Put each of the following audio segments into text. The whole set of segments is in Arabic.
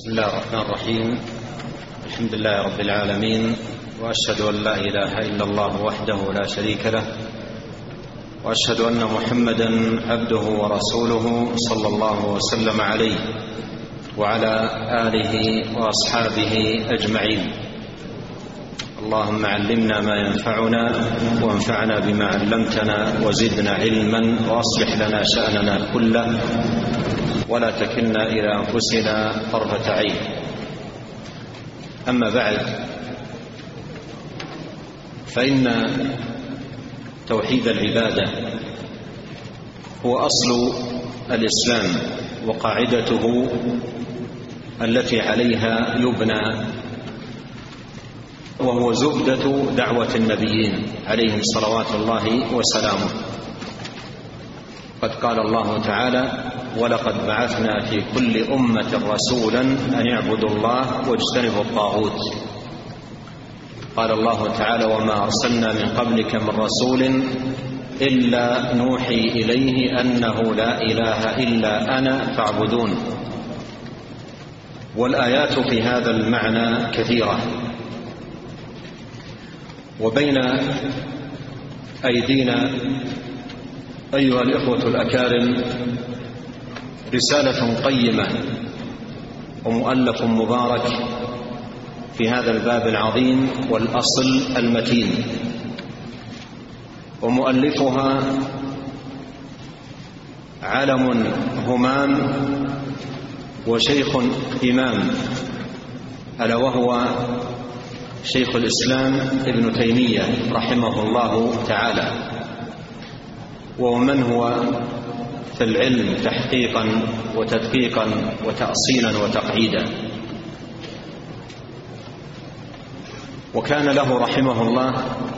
بسم الله الرحمن الرحيم. الحمد لله رب العالمين، وأشهد أن لا إله إلا الله وحده لا شريك له، وأشهد أن محمدا عبده ورسوله صلى الله وسلم عليه وعلى آله وأصحابه أجمعين. اللهم علمنا ما ينفعنا وانفعنا بما علمتنا وزدنا علما، وأصلح لنا شأننا كله ولا تكلنا إلى أنفسنا طرفة عين. أما بعد، فإن توحيد العبادة هو أصل الإسلام وقاعدته التي عليها يبنى، وهو زبدة دعوة النبيين عليهم صلوات الله وسلامه. قد قال الله تعالى: ولقد بعثنا في كل أمة رسولا أن اعبدوا الله واجتنبوا الطاغوت. قال الله تعالى: وما أرسلنا من قبلك من رسول إلا نوحي إليه أنه لا إله إلا أنا فاعبدون. والآيات في هذا المعنى كثيرة، وبين أيدينا أيها الإخوة الأكارم رسالة قيمة ومؤلف مبارك في هذا الباب العظيم والأصل المتين، ومؤلفها علم همام وشيخ إمام، ألا وهو شيخ الإسلام ابن تيمية رحمه الله تعالى، ومن هو في العلم تحقيقا وتدقيقا وتأصيلا وتقعيدا. وكان له رحمه الله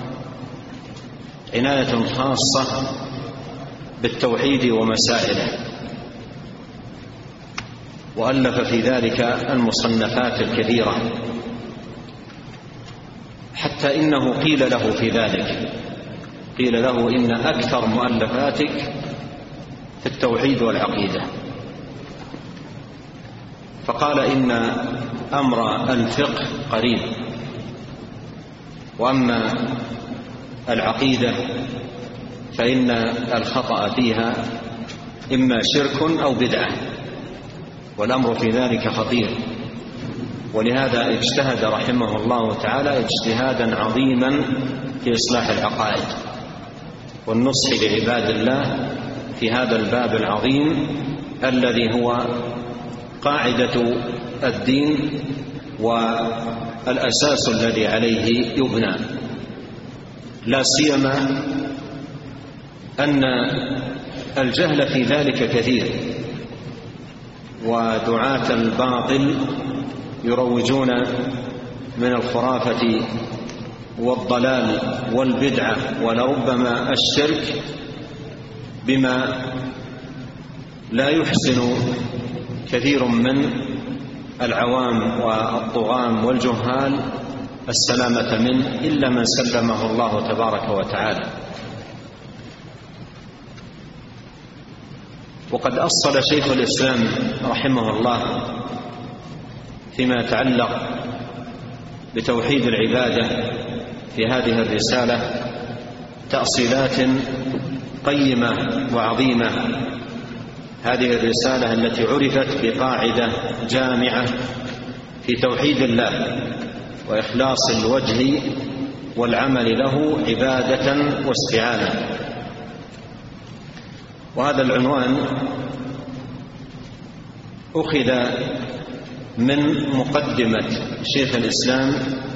عناية خاصة بالتوحيد ومسائله، وألف في ذلك المصنفات الكثيرة، حتى إنه قيل له في ذلك، قيل له: إن أكثر مؤلفاتك في التوحيد والعقيدة. فقال: إن أمر الفقه قريب، وأما العقيدة فإن الخطأ فيها إما شرك أو بدعة، والأمر في ذلك خطير. ولهذا اجتهد رحمه الله تعالى اجتهادا عظيما في إصلاح العقائد والنصح لعباد الله في هذا الباب العظيم الذي هو قاعدة الدين والأساس الذي عليه يبنى، لا سيما أن الجهل في ذلك كثير، ودعاة الباطل يروجون من الخرافة والضلال والبدعة ولربما الشرك بما لا يحسن كثير من العوام والطغام والجهال السلامة منه إلا من سلمه الله تبارك وتعالى. وقد أصل شيخ الإسلام رحمه الله فيما يتعلق بتوحيد العبادة في هذه الرسالة تأصيلات قيمة وعظيمة. هذه الرسالة التي عرفت بقاعدة جامعة في توحيد الله وإخلاص الوجه والعمل له عبادة واستعانة. وهذا العنوان أخذ من مقدمة شيخ الإسلام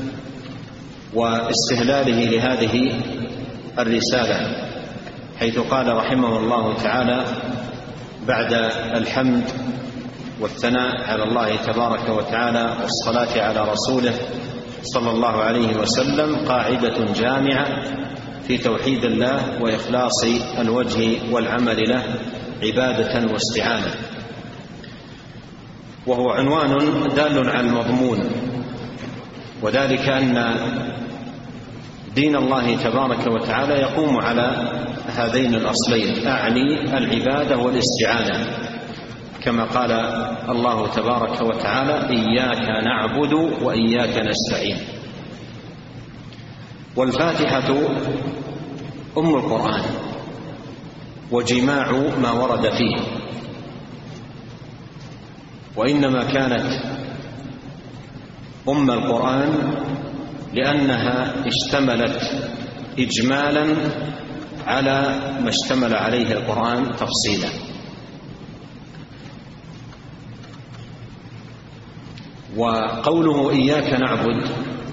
واستهلاله لهذه الرسالة، حيث قال رحمه الله تعالى بعد الحمد والثناء على الله تبارك وتعالى والصلاة على رسوله صلى الله عليه وسلم: قاعدة جامعة في توحيد الله وإخلاص الوجه والعمل له عبادة واستعانة. وهو عنوان دال على المضمون، وذلك أن دين الله تبارك وتعالى يقوم على هذين الأصلين، أعني العبادة والاستعانة. كما قال الله تبارك وتعالى: إياك نعبد وإياك نستعين. والفاتحة أم القرآن وجماع ما ورد فيه، وإنما كانت أم القرآن لأنها اشتملت إجمالا على ما اشتمل عليه القرآن تفصيلا. وقوله إياك نعبد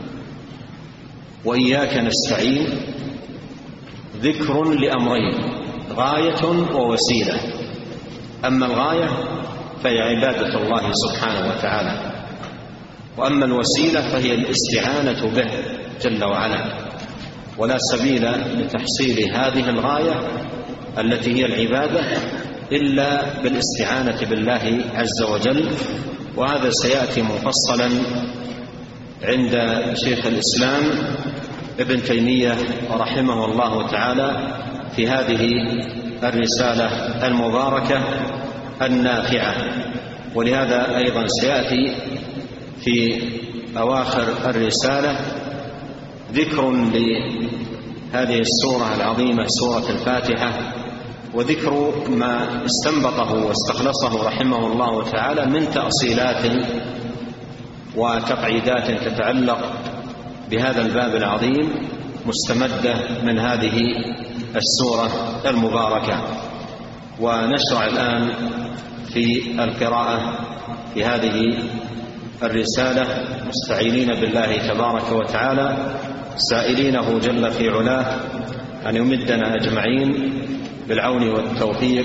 وإياك نستعين ذكر لأمرين: غاية ووسيلة. أما الغاية فهي عبادة الله سبحانه وتعالى، وأما الوسيلة فهي الاستعانة به جل وعلا. ولا سبيل لتحصيل هذه الغاية التي هي العبادة إلا بالاستعانة بالله عز وجل، وهذا سيأتي مفصلا عند شيخ الإسلام ابن تيمية رحمه الله تعالى في هذه الرسالة المباركة النافعة. ولهذا أيضا سيأتي في أواخر الرسالة ذكر لهذه السورة العظيمة سورة الفاتحة، وذكر ما استنبطه واستخلصه رحمه الله تعالى من تأصيلات وتقعيدات تتعلق بهذا الباب العظيم مستمدة من هذه السورة المباركة. ونشرع الآن في القراءة في هذه الرسالة مستعينين بالله تبارك وتعالى، سائلينه جل في علاه أن يمدنا أجمعين بالعون والتوفيق،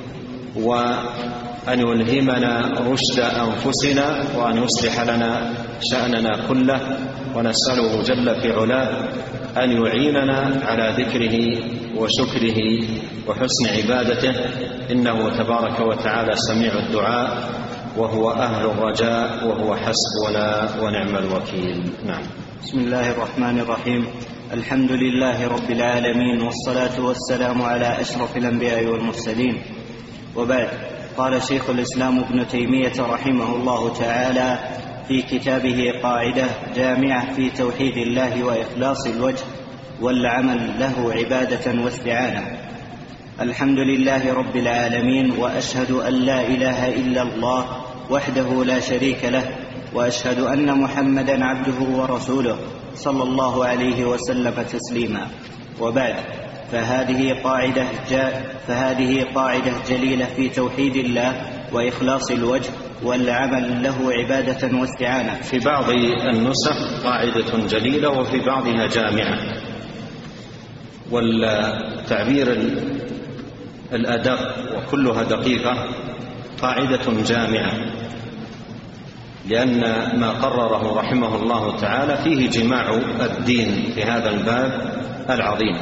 وأن يلهمنا رشد أنفسنا، وأن يصلح لنا شأننا كله. ونسأله جل في علاه أن يعيننا على ذكره وشكره وحسن عبادته، إنه تبارك وتعالى سميع الدعاء وهو أهل الرجاء وهو حسبنا ونعم الوكيل. نعم. بسم الله الرحمن الرحيم. الحمد لله رب العالمين، والصلاة والسلام على أشرف الأنبياء والمرسلين، وبعد. قال شيخ الإسلام ابن تيمية رحمه الله تعالى في كتابه قاعدة جامعة في توحيد الله وإخلاص الوجه والعمل له عبادة واستعانة: الحمد لله رب العالمين، وأشهد أن لا إله إلا الله وحده لا شريك له، وأشهد أن محمدا عبده ورسوله صلى الله عليه وسلم تسليما. وبعد، فهذه قاعدة جليلة في توحيد الله وإخلاص الوجه والعمل له عبادة واستعانة. في بعض النسخ قاعدة جليلة وفي بعضها جامعة، والتعبير الأدق وكلها دقيقة قاعدة جامعة، لأن ما قرره رحمه الله تعالى فيه جماع الدين في هذا الباب العظيم،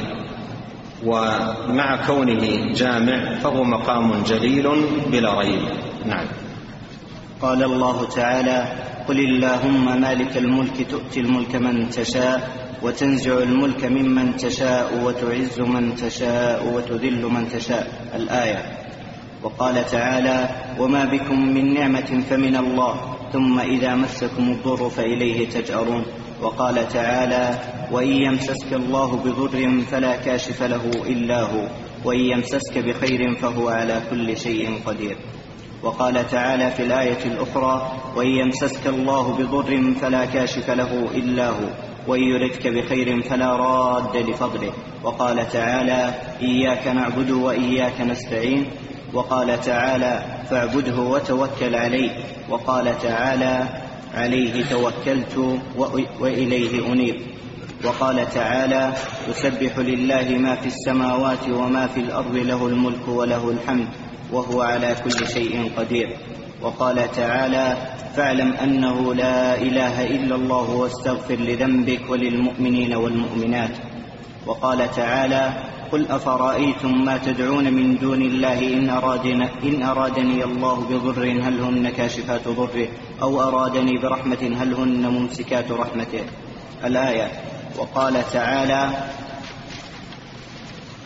ومع كونه جامع فهو مقام جليل بلا ريب. نعم. قال الله تعالى: قل اللهم مالك الملك تؤتي الملك من تشاء وتنزع الملك ممن تشاء وتعز من تشاء وتذل من تشاء. الآية. وقال تعالى: وما بكم من نعمة فمن الله ثم إذا مسكم الضر فإليه تجأرون. وقال تعالى: وإن يمسسك الله بضر فلا كاشف له إلا هو، وإن يمسسك بخير فهو على كل شيء قدير. وقال تعالى في الآية الأخرى: وإن يمسسك الله بضر فلا كاشف له إلا هو، وإن يردك بخير فلا راد لفضله. وقال تعالى: إياك نعبد وإياك نستعين. وقال تعالى: فاعبده وتوكل عليه. وقال تعالى: عليه توكلت وإليه أنيب. وقال تعالى: يسبح لله ما في السماوات وما في الأرض له الملك وله الحمد وهو على كل شيء قدير. وقال تعالى: فاعلم أنه لا إله إلا الله واستغفر لذنبك وللمؤمنين والمؤمنات. وقال تعالى: قل أفرأيتم ما تدعون من دون الله إن أرادني الله بضر هل هن كاشفات ضره أو أرادني برحمة هل هن ممسكات رحمته. الآية. وقال تعالى: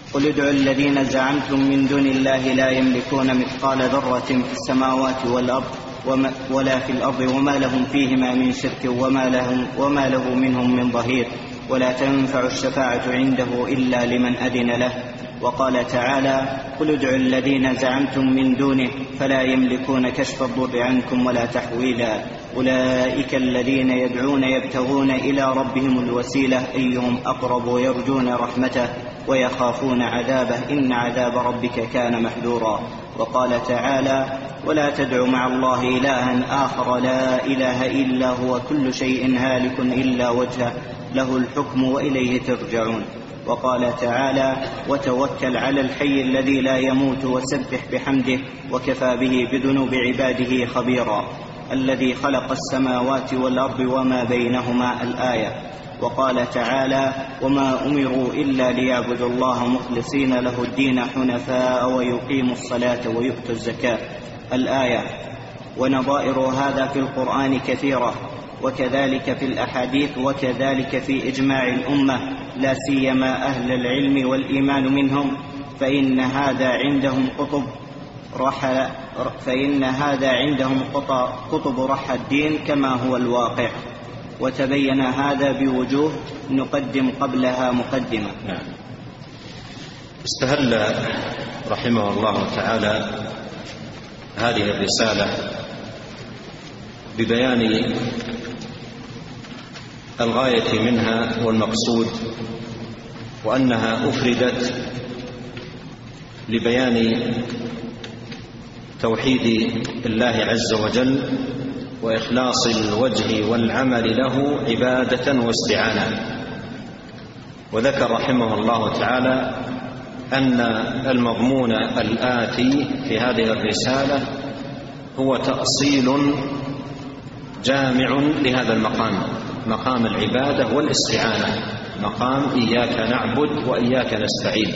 قل ادعوا الذين زعمتم من دون الله لا يملكون مثقال ذرة في السماوات والأرض ولا في الأرض وما لهم فيهما من شرك وما له منهم من ظهير ولا تنفع الشفاعة عنده إلا لمن أذن له. وقال تعالى قل ادعوا الذين زعمتم من دونه فلا يملكون كشف الضر عنكم ولا تحويلا أولئك الذين يدعون يبتغون إلى ربهم الوسيلة أيهم أقرب ويرجون رحمته ويخافون عذابه إن عذاب ربك كان محذورا. وقال تعالى ولا تدع مع الله إلها آخر لا إله إلا هو كل شيء هالك إلا وجهه له الحكم وإليه ترجعون. وقال تعالى وتوكل على الحي الذي لا يموت وسبح بحمده وكفى به بذنوب عباده خبيرا الذي خلق السماوات والأرض وما بينهما الآية. وقال تعالى وما أمروا إلا ليعبدوا الله مخلصين له الدين حنفاء ويقيموا الصلاة ويؤتوا الزكاة الآية. ونظائر هذا في القرآن كثيرة وكذلك في الأحاديث وكذلك في إجماع الأمة لا سيما أهل العلم والإيمان منهم فإن هذا عندهم قطب رحى الدين كما هو الواقع. وتبين هذا بوجوه نقدم قبلها مقدمة. استهل رحمه الله تعالى هذه الرسالة ببيان الغاية منها والمقصود وأنها أفردت لبيان توحيد الله عز وجل وإخلاص الوجه والعمل له عبادة واستعانة. وذكر رحمه الله تعالى أن المضمون الآتي في هذه الرسالة هو تأصيل جامع لهذا المقام، مقام العبادة والاستعانة، مقام إياك نعبد وإياك نستعين.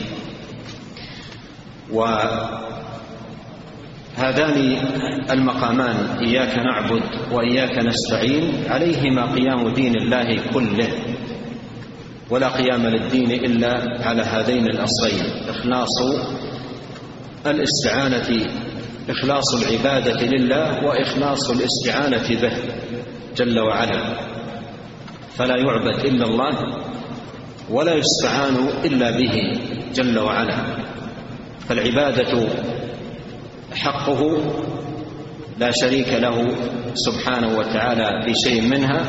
وهذان المقامان إياك نعبد وإياك نستعين عليهما قيام دين الله كله، ولا قيام للدين إلا على هذين الأصلين: إخلاص الاستعانة، إخلاص العبادة لله وإخلاص الاستعانة به جل وعلا، فلا يعبد إلا الله ولا يستعان إلا به جل وعلا. فالعبادة حقه لا شريك له سبحانه وتعالى في شيء منها،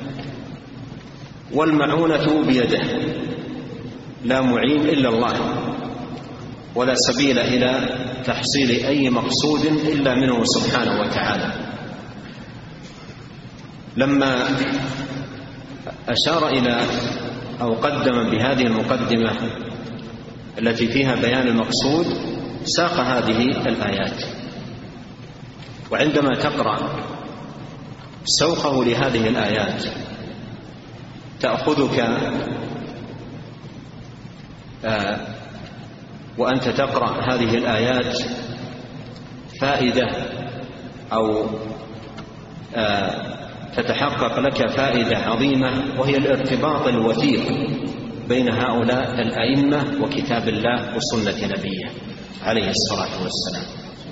والمعونة بيده، لا معين إلا الله، ولا سبيل إلى تحصيل أي مقصود إلا منه سبحانه وتعالى. لما أشار إلى أو قدم بهذه المقدمة التي فيها بيان المقصود ساق هذه الآيات. وعندما تقرأ سوقه لهذه الآيات تأخذك وأنت تقرأ هذه الآيات فائدة أو تتحقق لك فائدة عظيمة، وهي الارتباط الوثيق بين هؤلاء الأئمة وكتاب الله وسنة نبيه عليه الصلاة والسلام.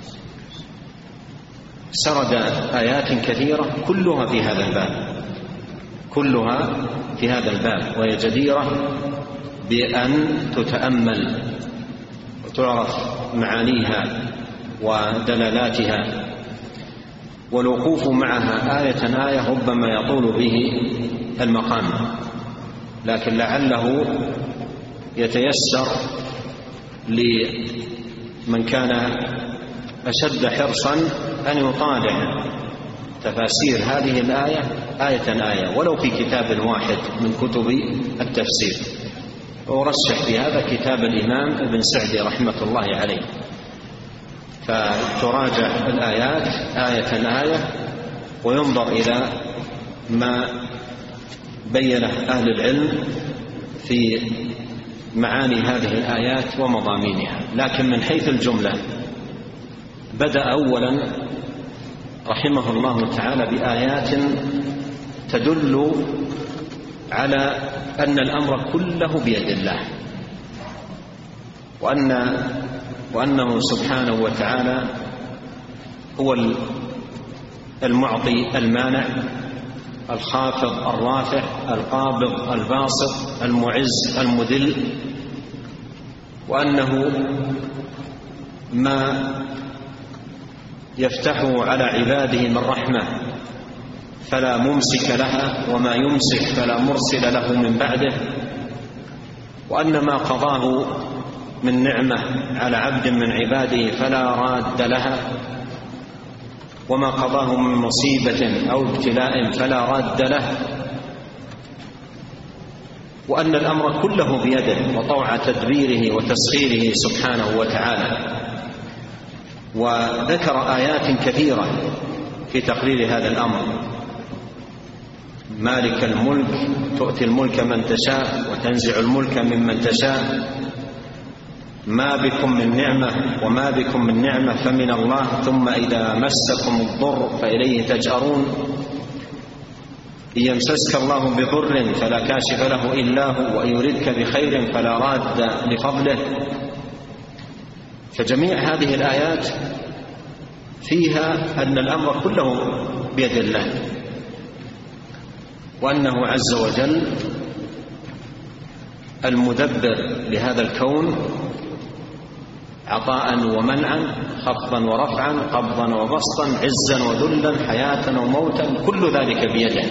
سرد آيات كثيرة كلها في هذا الباب، كلها في هذا الباب، وهي جديرة بأن تتأمل وتعرف معانيها ودلالاتها، والوقوف معها آية آية ربما يطول به المقام، لكن لعله يتيسر لمن كان أشد حرصا أن يطالع تفاسير هذه الآية آية آية ولو في كتاب واحد من كتب التفسير. وأرشح في هذا كتاب الإمام ابن سعدي رحمة الله عليه، فتراجع الآيات آية آية وينظر إلى ما بينه أهل العلم في معاني هذه الآيات ومضامينها. لكن من حيث الجملة بدأ أولا رحمه الله تعالى بآيات تدل على أن الأمر كله بيد الله، وأنه سبحانه وتعالى هو المعطي المانع، الخافض الرافع، القابض الباسط، المعز المذل، وأنه ما يفتحه على عباده من رحمة فلا ممسك لها، وما يمسك فلا مرسل له من بعده، وأن ما قضاه من نعمة على عبد من عباده فلا راد لها، وما قضاه من مصيبة أو ابتلاء فلا راد له، وأن الأمر كله بيده وطوع تدبيره وتسخيره سبحانه وتعالى. وذكر آيات كثيرة في تقرير هذا الأمر: مالك الملك تؤتي الملك من تشاء وتنزع الملك ممن تشاء، ما بكم من نعمة وما بكم من نعمة فمن الله، ثم إذا مسكم الضر فإليه تجأرون، إن يمسسك الله بضر فلا كاشف له إلا هو، وإن يردك بخير فلا راد لفضله. فجميع هذه الآيات فيها أن الأمر كله بيد الله، وأنه عز وجل المدبر لهذا الكون عطاء ومنعا، خفضا ورفعا، قبضا وبسطا، عزا وذلا، حياة وموتا، كل ذلك بيده.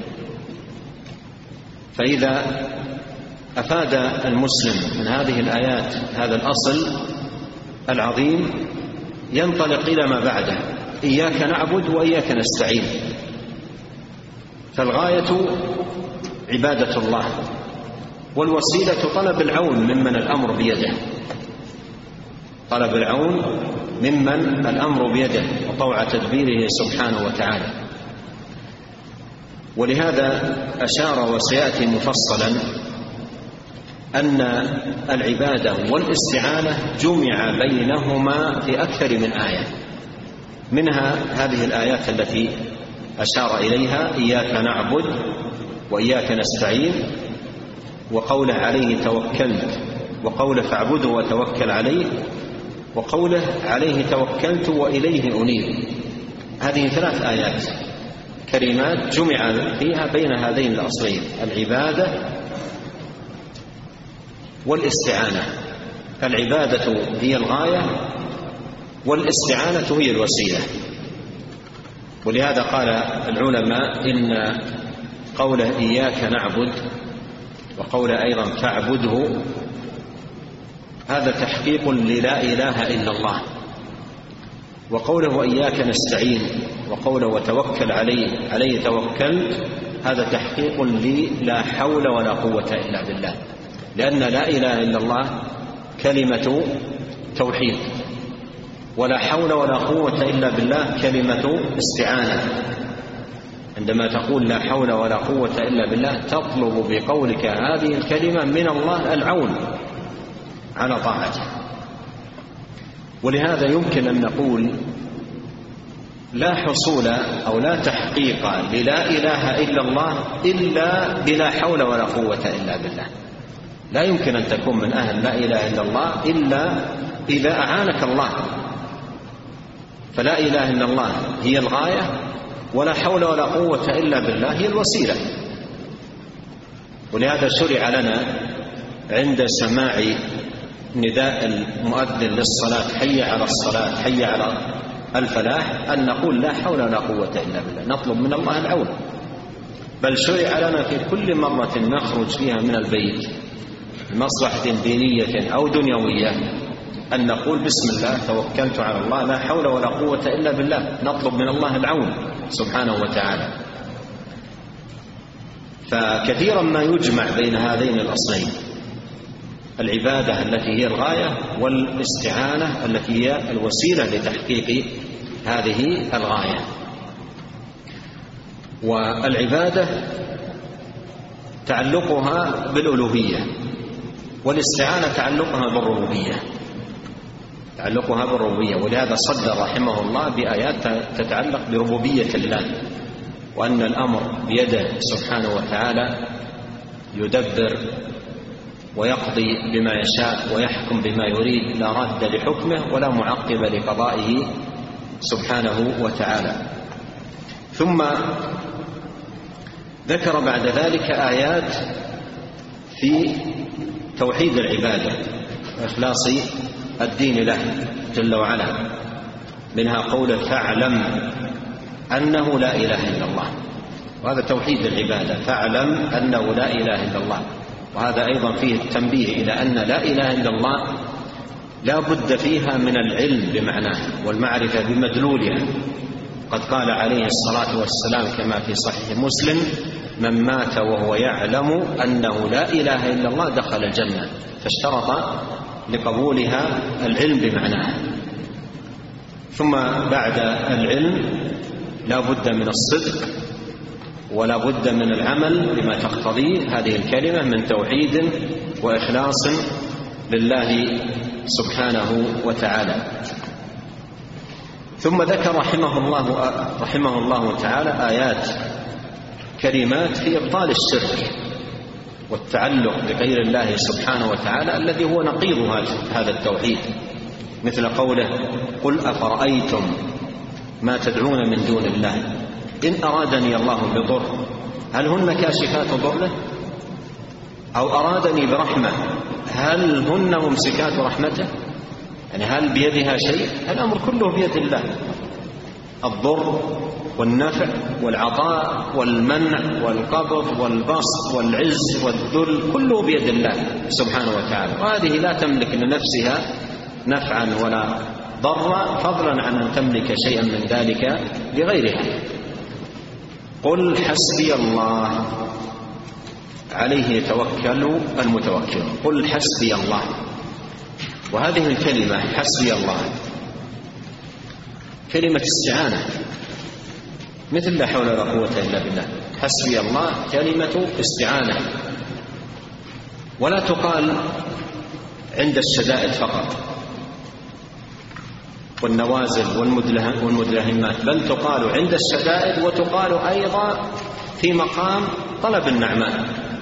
فإذا أفاد المسلم من هذه الآيات هذا الأصل العظيم ينطلق إلى ما بعده: إياك نعبد وإياك نستعين. فالغاية عبادة الله، والوسيلة طلب العون ممن الأمر بيده، طلب العون ممن الأمر بيده وطوع تدبيره سبحانه وتعالى. ولهذا أشار وسيأتي مفصلا أن العبادة والاستعانة جمع بينهما في أكثر من آية، منها هذه الآيات التي أشار إليها: إياك نعبد وإياك نستعين، وقوله عليه توكلت، وقوله فاعبده وتوكل عليه، وقوله عليه توكلت وإليه أنيب. هذه 3 آيات كريمات جمع فيها بين هذين الأصلين: العبادة والاستعانة. العبادة هي الغاية والاستعانة هي الوسيلة. ولهذا قال العلماء إن قوله إياك نعبد وقوله أيضا فاعبده هذا تحقيق للا إله إلا الله، وقوله وإياك نستعين وقوله وتوكل عليه توكلت هذا تحقيق لا حول ولا قوة إلا بالله، لأن لا إله إلا الله كلمة توحيد، ولا حول ولا قوة إلا بالله كلمة استعانة. عندما تقول لا حول ولا قوة إلا بالله تطلب بقولك هذه الكلمة من الله العون على طاعته. ولهذا يمكن أن نقول لا حصول أو لا تحقيق للا إله إلا الله إلا بلا حول ولا قوة إلا بالله. لا يمكن أن تكون من أهل لا إله إلا الله إلا إذا أعانك الله. فلا إله إلا الله هي الغاية، ولا حول ولا قوة إلا بالله هي الوسيلة. ولهذا شرع لنا عند سماع نداء المؤذن للصلاة حي على الصلاة حي على الفلاح أن نقول لا حول ولا قوة إلا بالله، نطلب من الله العون. بل شرع لنا في كل مرة نخرج فيها من البيت لمصلحة دينية أو دنيوية أن نقول بسم الله توكلت على الله لا حول ولا قوة إلا بالله، نطلب من الله العون سبحانه وتعالى. فكثيرا ما يجمع بين هذين الأصلين: العبادة التي هي الغاية، والاستعانة التي هي الوسيلة لتحقيق هذه الغاية. والعبادة تعلقها بالألوهية، والاستعانة تعلقها بالربوبية. ولهذا صدر رحمه الله بآيات تتعلق بربوبية الله، وأن الأمر بيده سبحانه وتعالى، يدبر ويقضي بما يشاء ويحكم بما يريد، لا راد لحكمه ولا معقب لقضائه سبحانه وتعالى. ثم ذكر بعد ذلك آيات في توحيد العبادة وإخلاص الدين له جل وعلا، منها قوله فاعلم أنه لا إله إلا الله، وهذا توحيد العبادة، فاعلم أنه لا إله إلا الله. وهذا أيضا فيه التنبيه إلى أن لا إله إلا الله لا بد فيها من العلم بمعناه والمعرفة بمدلولها. قد قال عليه الصلاة والسلام كما في صحيح مسلم: من مات وهو يعلم أنه لا إله إلا الله دخل الجنة، فاشترط لقبولها العلم بمعناها. ثم بعد العلم لا بد من الصدق ولا بد من العمل بما تقتضيه هذه الكلمة من توحيد وإخلاص لله سبحانه وتعالى. ثم ذكر رحمه الله تعالى آيات كريمات في إبطال الشرك والتعلق بغير الله سبحانه وتعالى الذي هو نقيض هذا التوحيد، مثل قوله: قل أفرأيتم ما تدعون من دون الله إن أرادني الله بضر هل هن كاشفات ضره أو أرادني برحمة هل هن ممسكات رحمته؟ يعني هل بيدها شيء؟ الأمر كله بيد الله، الضر والنفع والعطاء والمنع والقبض والبسط والعز والذل كله بيد الله سبحانه وتعالى، وهذه لا تملك لنفسها نفعا ولا ضرا فضلا عن أن تملك شيئا من ذلك لغيرها. قل حسبي الله عليه يتوكل المتوكلون. قل حسبي الله، وهذه الكلمة حسبي الله كلمة استعانة، مثل لا حول ولا قوة إلا بالله. حسبي الله كلمة استعانة، ولا تقال عند الشدائد فقط والنوازل والمدلهمات، بل تقال عند الشدائد وتقال أيضا في مقام طلب النعماء.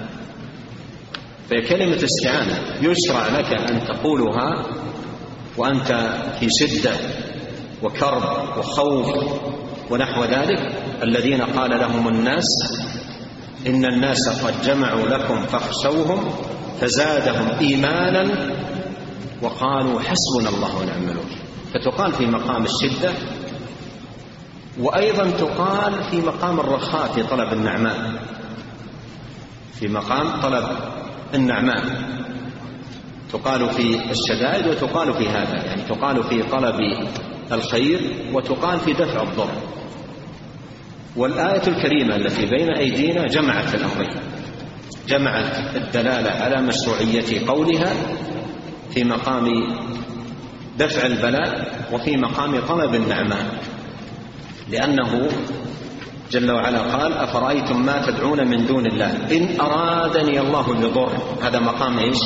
فكلمة استعانة يشرع لك أن تقولها وأنت في شدة وكرب وخوف ونحو ذلك، الذين قال لهم الناس إن الناس قد جمعوا لكم فاخشوهم فزادهم إيمانا وقالوا حسبنا الله ونعم الوكيل. فتقال في مقام الشدة، وأيضا تقال في مقام الرخاء في طلب النعماء، في مقام طلب النعماء تقال في الشدائد وتقال في هذا، يعني تقال في طلب الخير وتقال في دفع الضر. والآية الكريمة التي بين أيدينا جمعت الأمرين، جمعت الدلالة على مشروعية قولها في مقام دفع البلاء وفي مقام طلب النعماء، لأنه جل وعلا قال أفرأيتم ما تدعون من دون الله إن أرادني الله بضر. هذا مقام إيش؟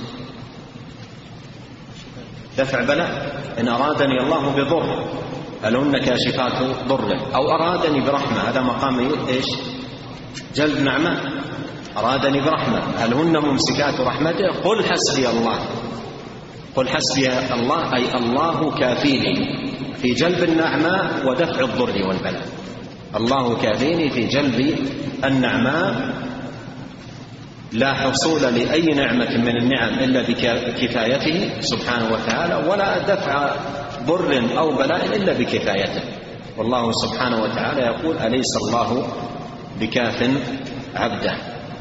دفع بلاء. إن أرادني الله بضر هل هن كاشفات ضره، أو أرادني برحمة هذا مقام إيش؟ جلب نعمة. أرادني برحمة هل هن ممسكات رحمته؟ قل حسبي الله. قل حسبي الله أي الله كافيني في جلب النعماء ودفع الضر والبلاء. الله كافيني في جلب النعماء، لا حصول لأي نعمة من النعم إلا بكفايته سبحانه وتعالى، ولا دفع ضر أو بلاء إلا بكفايته. والله سبحانه وتعالى يقول أليس الله بكاف عبده.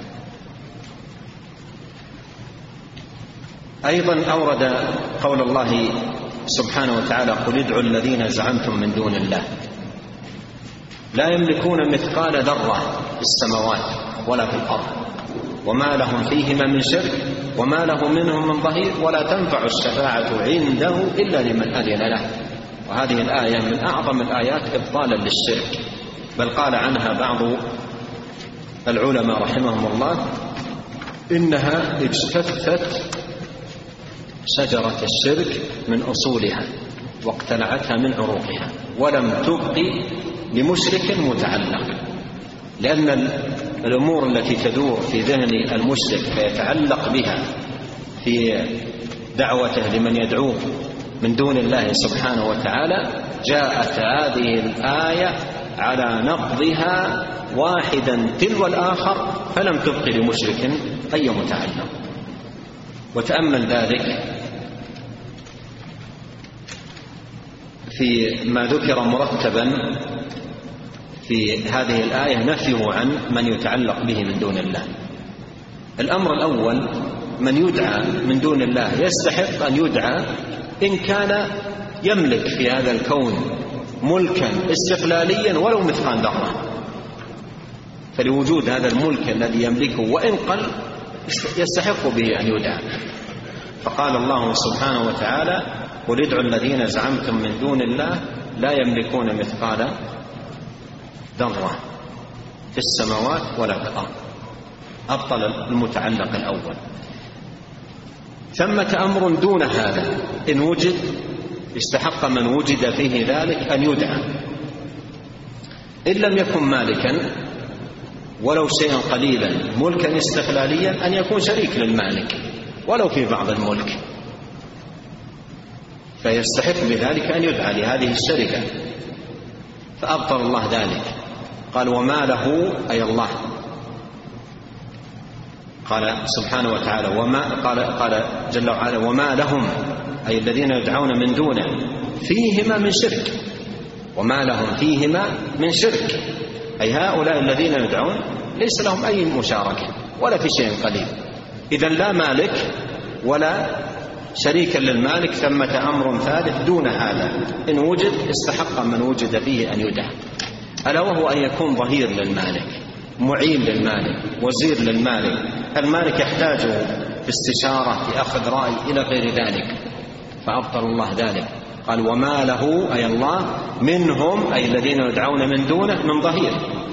أيضا أورد قول الله سبحانه وتعالى قل ادعوا الذين زعمتم من دون الله لا يملكون مثقال ذرة في السماوات ولا في الأرض وما لهم فيهما من شرك وما له منهم من ظهير ولا تنفع الشفاعة عنده إلا لمن أذن له. وهذه الآية من أعظم الآيات إبطالا للشرك، بل قال عنها بعض العلماء رحمهم الله إنها اجتثت شجرة الشرك من أصولها واقتلعتها من عروقها ولم تبقي لمشرك متعلق، لأن الأمور التي تدور في ذهن المشرك فيتعلق بها في دعوته لمن يدعوه من دون الله سبحانه وتعالى، جاءت هذه الآية على نقضها واحدا تلو الآخر، فلم تبق لمشرك أي متعلق. وتأمل ذلك في ما ذكر مرتبا في هذه الآية نفيه عن من يتعلق به من دون الله. الأمر الأول: من يدعى من دون الله يستحق أن يدعى إن كان يملك في هذا الكون ملكا استقلاليا ولو مثقال ذرة، فلوجود هذا الملك الذي يملكه وإن قل يستحق به أن يدعى. فقال الله سبحانه وتعالى: قل ادعوا الذين زعمتم من دون الله لا يملكون مثقال ذرة في السماوات ولا في الأرض. أبطل المتعلق الأول. ثمة أمر دون هذا، إن وجد استحق من وجد فيه ذلك أن يدعى، إن لم يكن مالكا ولو شيئا قليلا ملكا استقلاليا أن يكون شريك للمالك ولو في بعض الملك، فيستحق بذلك أن يدعى لهذه الشركة، فأبطل الله ذلك. قال: وما له أي الله. قال سبحانه وتعالى: قال جل وعلا: وما لهم أي الذين يدعون من دونه فيهما من شرك. وما لهم فيهما من شرك، أي هؤلاء الذين يدعون ليس لهم أي مشاركة ولا في شيء قليل. إذن لا مالك ولا شريكا للمالك. ثمة أمر ثالث دون هذا، إن وجد استحق من وجد فيه أن يدعى، ألا وهو أن يكون ظهير للمالك، معين للمالك، وزير للمالك. المالك يحتاجه في استشارة، في أخذ رأي، إلى غير ذلك، فأبطل الله ذلك. قال: وما له أي الله منهم أي الذين يدعون من دونه من ظهير،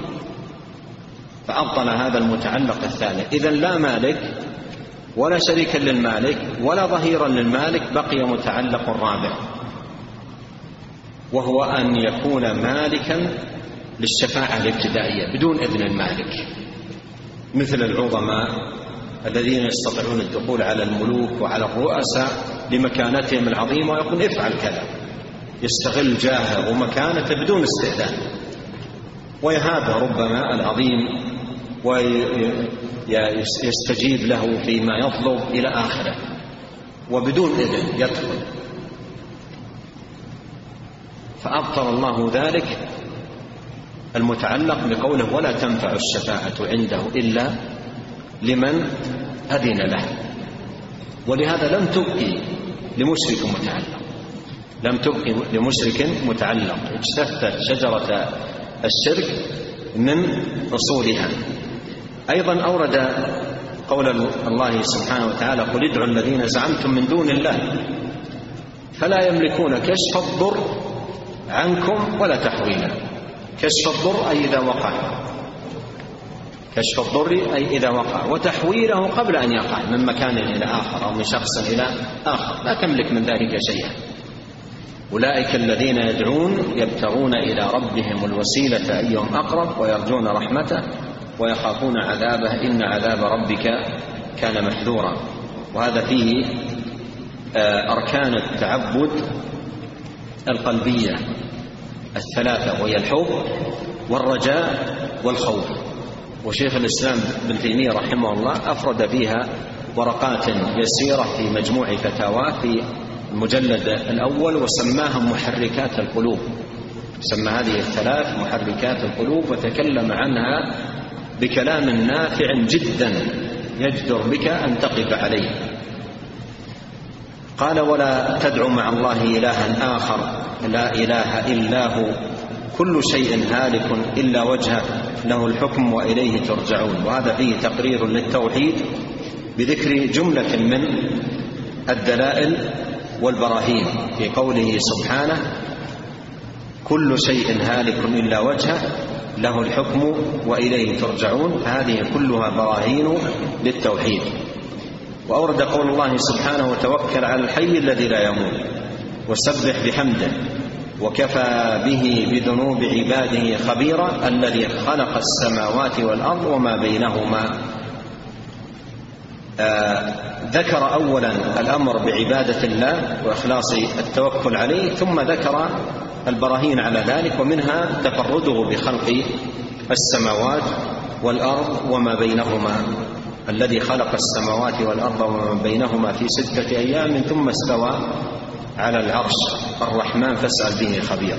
فأبطل هذا المتعلق الثالث. إذن لا مالك ولا شريكا للمالك ولا ظهيرا للمالك، بقي متعلق رابع، وهو أن يكون مالكا للشفاعة الابتدائية بدون إذن المالك، مثل العظماء الذين يستطيعون الدخول على الملوك وعلى الرؤساء لمكانتهم العظيمة ويقول: افعل كذا، يستغل جاهه ومكانته بدون استئذان، ويهابه ربما العظيم ويستجيب له فيما يطلب إلى آخره، وبدون إذن يدخل. فأبطل الله ذلك المتعلق بقوله: ولا تنفع الشفاعة عنده إلا لمن أذن له. ولهذا لم تبقي لمشرك متعلق، لم تبقي لمشرك متعلق، اجتثت شجرة الشرك من أصولها. أيضا أورد قول الله سبحانه وتعالى: قل ادعوا الذين زعمتم من دون الله فلا يملكون كشف الضر عنكم ولا تحويلا. كشف الضر أي إذا وقع، كشف الضر أي إذا وقع، وتحويله قبل أن يقع من مكان إلى آخر أو من شخص إلى آخر، لا تملك من ذلك شيئا. أولئك الذين يدعون يبتغون إلى ربهم الوسيلة أيهم أقرب ويرجون رحمته ويخافون عذابه إن عذاب ربك كان محذورا. وهذا فيه أركان التعبد القلبية الثلاثة، وهي الحب والرجاء والخوف. وشيخ الإسلام ابن تيمية رحمه الله أفرد فيها ورقات يسيرة في مجموع فتاواه في المجلد الأول، وسماها محركات القلوب، سمى هذه الثلاث محركات القلوب، وتكلم عنها بكلام نافع جدا يجدر بك أن تقف عليه. قال: ولا تدع مع الله إلها آخر لا إله إلا هو كل شيء هالك إلا وجهه له الحكم وإليه ترجعون. وهذا فيه تقرير للتوحيد بذكر جملة من الدلائل والبراهين في قوله سبحانه: كل شيء هالك إلا وجهه له الحكم وإليه ترجعون. فهذه كلها براهين للتوحيد. وأورد قول الله سبحانه: وتوكل على الحي الذي لا يموت وسبح بحمده وكفى به بذنوب عباده خبيرا الذي خلق السماوات والأرض وما بينهما. ذكر أولا الأمر بعبادة الله وإخلاص التوكل عليه، ثم ذكر البراهين على ذلك، ومنها تفرده بخلق السماوات والأرض وما بينهما، الذي خلق السماوات والأرض وما بينهما في 6 أيام ثم استوى على العرش الرحمن فاسأل به خبيرا.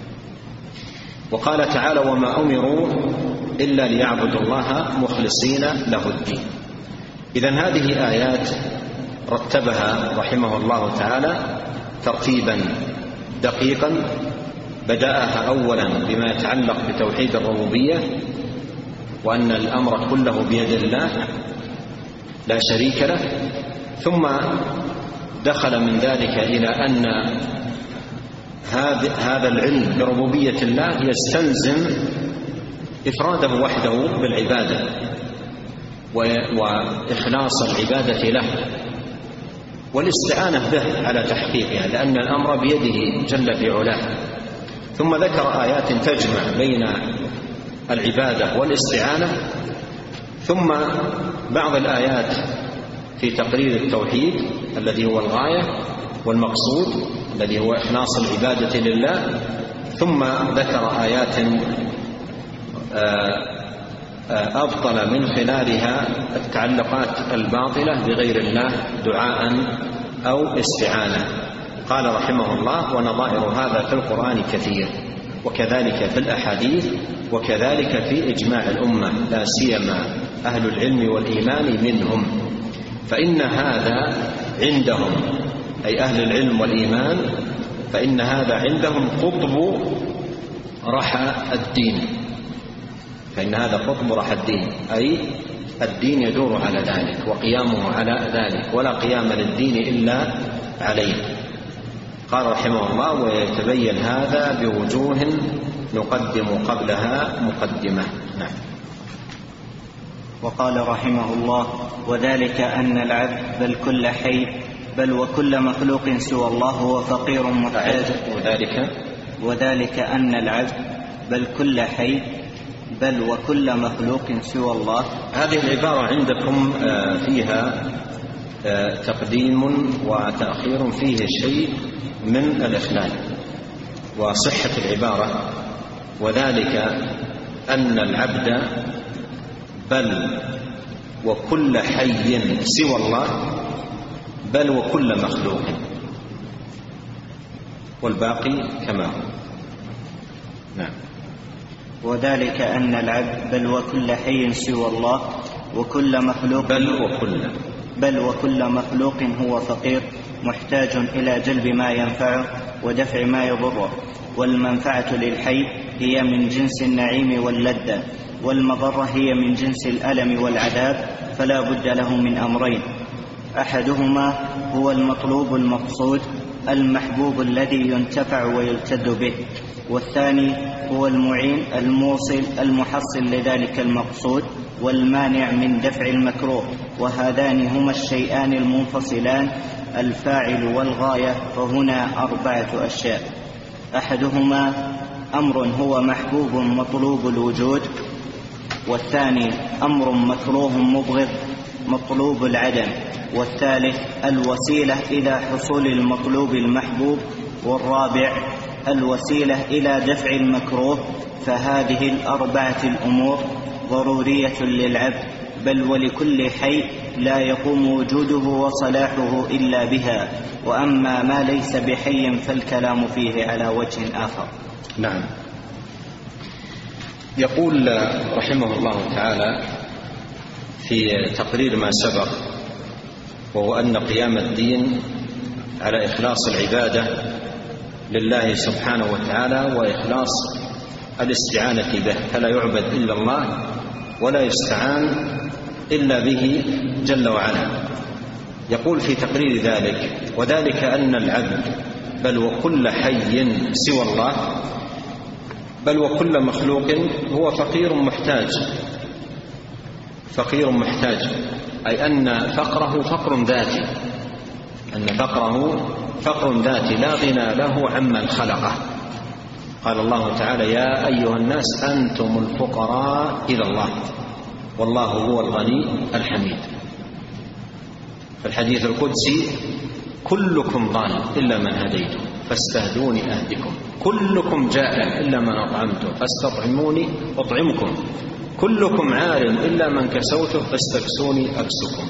وقال تعالى: وما أمروا إلا ليعبدوا الله مخلصين له الدين. إذن هذه آيات رتبها رحمه الله تعالى ترتيبا دقيقا، بدأها أولا بما يتعلق بتوحيد الربوبية، وأن الأمر كله بيد الله لا شريك له، ثم دخل من ذلك إلى أن هذا العلم بربوبية الله يستلزم إفراده وحده بالعبادة وإخلاص العبادة له والاستعانة به على تحقيقها، لأن الأمر بيده جل في علاه. ثم ذكر آيات تجمع بين العبادة والاستعانة، ثم بعض الآيات في تقرير التوحيد الذي هو الغاية والمقصود الذي هو إخلاص العبادة لله، ثم ذكر آيات أبطل من خلالها التعلقات الباطلة بغير الله دعاء أو استعانة. قال رحمه الله: ونظائر هذا في القرآن كثير، وكذلك في الأحاديث، وكذلك في إجماع الأمة، لا سيما أهل العلم والإيمان منهم، فإن هذا عندهم، أي أهل العلم والإيمان، فإن هذا عندهم قطب رحى الدين، فإن هذا قطب رحى الدين، أي الدين يدور على ذلك وقيامه على ذلك، ولا قيام للدين إلا عليه. قال رحمه الله: ويتبين هذا بوجوه نقدم قبلها مقدمة. نعم. وقال رحمه الله: وذلك أن العبد بل كل حي بل وكل مخلوق سوى الله هو فقير محتاج. وذلك أن العبد بل كل حي بل وكل مخلوق سوى الله. هذه العبارة عندكم فيها تقديم وتأخير، فيه شيء من الإخلال وصحة العبارة. وذلك أن العبد بل وكل حي سوى الله بل وكل مخلوق، والباقي كما هو. نعم. وذلك أن العبد بل وكل حي سوى الله وكل مخلوق بل وكل مخلوق هو فقير محتاج إلى جلب ما ينفعه ودفع ما يضره، والمنفعة للحي هي من جنس النعيم واللذة، والمضرة هي من جنس الألم والعذاب، فلا بد له من أمرين: أحدهما هو المطلوب المقصود المحبوب الذي ينتفع ويلتذ به، والثاني هو المعين الموصل المحصل لذلك المقصود والمانع من دفع المكروه، وهذان هما الشيئان المنفصلان الفاعل والغاية. فهنا 4 أشياء: أحدهما أمر هو محبوب مطلوب الوجود، والثاني أمر مكروه مبغض مطلوب العدم، والثالث الوسيلة إلى حصول المطلوب المحبوب، والرابع الوسيلة إلى دفع المكروه. فهذه 4 الأمور ضرورية للعبد، بل ولكل حي لا يقوم وجوده وصلاحه إلا بها، وأما ما ليس بحي فالكلام فيه على وجه آخر. نعم. يقول رحمه الله تعالى في تقرير ما سبق، وهو أن قيام الدين على إخلاص العبادة لله سبحانه وتعالى وإخلاص الاستعانة به، فلا يعبد إلا الله ولا يستعان إلا به جل وعلا. يقول في تقرير ذلك: وذلك أن العبد بل وكل حي سوى الله بل وكل مخلوق هو فقير محتاج، أي أن فقره فقر ذاتي لا غنى له عمن خلقه. قال الله تعالى: يا أيها الناس أنتم الفقراء إلى الله والله هو الغني الحميد. الحديث القدسي: كلكم ضال إلا من هديته فاستهدوني أهدكم، كلكم جائع إلا من أطعمته فاستطعموني أطعمكم، كلكم عار إلا من كسوته فاستكسوني أكسكم.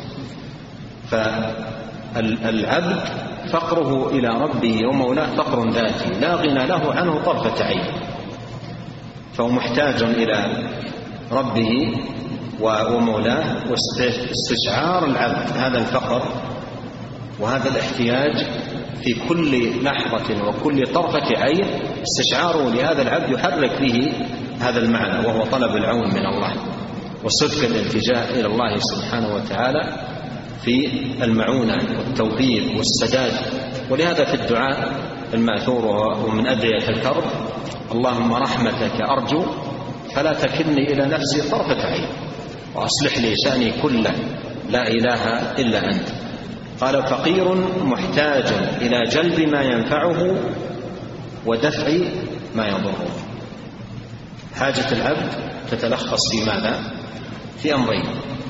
فالعبد فقره إلى ربه ومولاه فقر ذاتي لا غنى له عنه طرفة عين، فهو محتاج إلى ربه ومولاه، واستشعار العبد هذا الفقر وهذا الاحتياج في كل لحظة وكل طرفة عين، استشعاره لهذا العبد يحرك به هذا المعنى، وهو طلب العون من الله وصدق الالتجاء إلى الله سبحانه وتعالى في المعونة والتوفيق والسداد. ولهذا في الدعاء المأثور ومن أدعية الكرب: اللهم رحمتك أرجو فلا تكلني إلى نفسي طرفة عين وأصلح لي شأني كله لا إله إلا أنت. قال: فقير محتاج إلى جلب ما ينفعه ودفع ما يضره. حاجة العبد تتلخص في ماذا؟ في أمرين: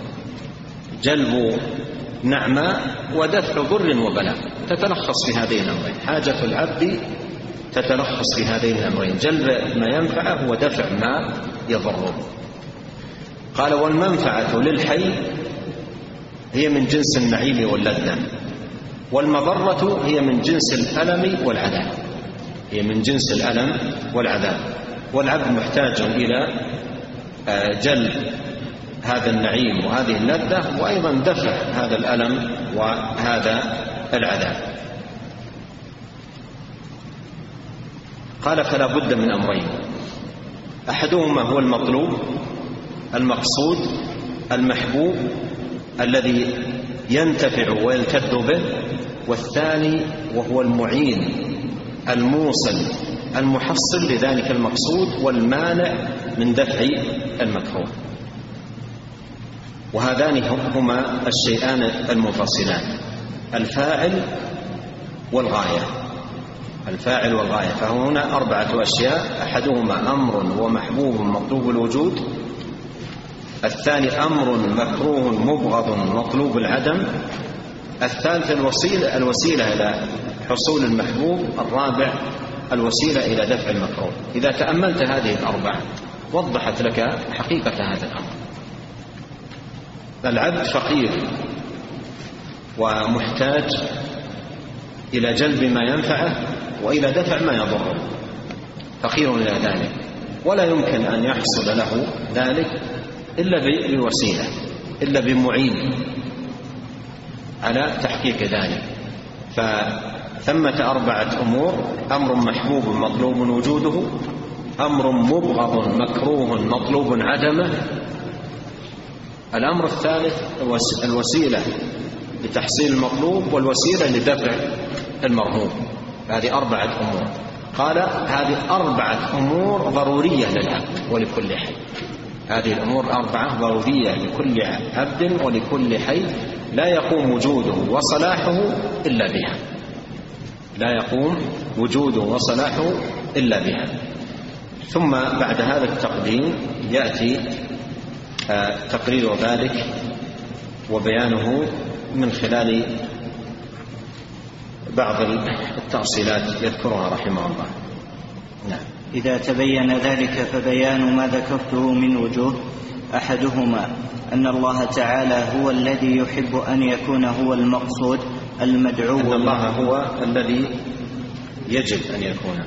جلب نعمة ودفع ضر وبلاء، تتلخص في هذين الأمرين. حاجة العبد تتلخص في هذين الأمرين: جلب ما ينفعه ودفع ما يضره. قال: والمنفعة للحي هي من جنس النعيم واللذة، والمضرة هي من جنس الألم والعذاب، هي من جنس الألم والعذاب. والعبد محتاج إلى جلب هذا النعيم وهذه اللذة، وأيضا دفع هذا الألم وهذا العذاب. قال: فلا بد من أمرين: أحدهما هو المطلوب المقصود المحبوب الذي ينتفع ويلتذ به، والثاني وهو المعين الموصل المحصل لذلك المقصود والمانع من دفع المكروه. وهذان هما الشيئان المنفصلان: الفاعل والغاية، الفاعل والغاية. فهنا 4 أشياء: أحدهما أمر ومحبوب مطلوب الوجود، الثاني أمر مكروه مبغض مطلوب العدم، الثالث الوسيلة إلى حصول المحبوب، الرابع الوسيلة إلى دفع المكروه. إذا تأملت هذه 4 وضحت لك حقيقة هذا الأمر. العبد فقير ومحتاج إلى جلب ما ينفعه وإلى دفع ما يضره، فقير إلى ذلك، ولا يمكن أن يحصل له ذلك إلا بوسيلة، إلا بمعين على تحقيق ذلك. فثمة 4 أمور: أمر محبوب مطلوب وجوده، أمر مبغض مكروه مطلوب عدمه، الأمر الثالث الوسيلة لتحصيل المطلوب، والوسيلة لدفع المرهوب. هذه 4 أمور. قال: هذه 4 أمور ضرورية للعبد ولكل حي. هذه الأمور 4 ضرورية لكل عبد ولكل حي، لا يقوم وجوده وصلاحه إلا بها، لا يقوم وجوده وصلاحه إلا بها. ثم بعد هذا التقديم يأتي تقرير ذلك وبيانه من خلال بعض التأصيلات يذكرها رحمه الله. نعم. إذا تبين ذلك فبيان ما ذكرته من وجوه: أحدهما أن الله تعالى هو الذي يحب أن يكون هو المقصود المدعو، أن الله هو الذي يجب أن يكون.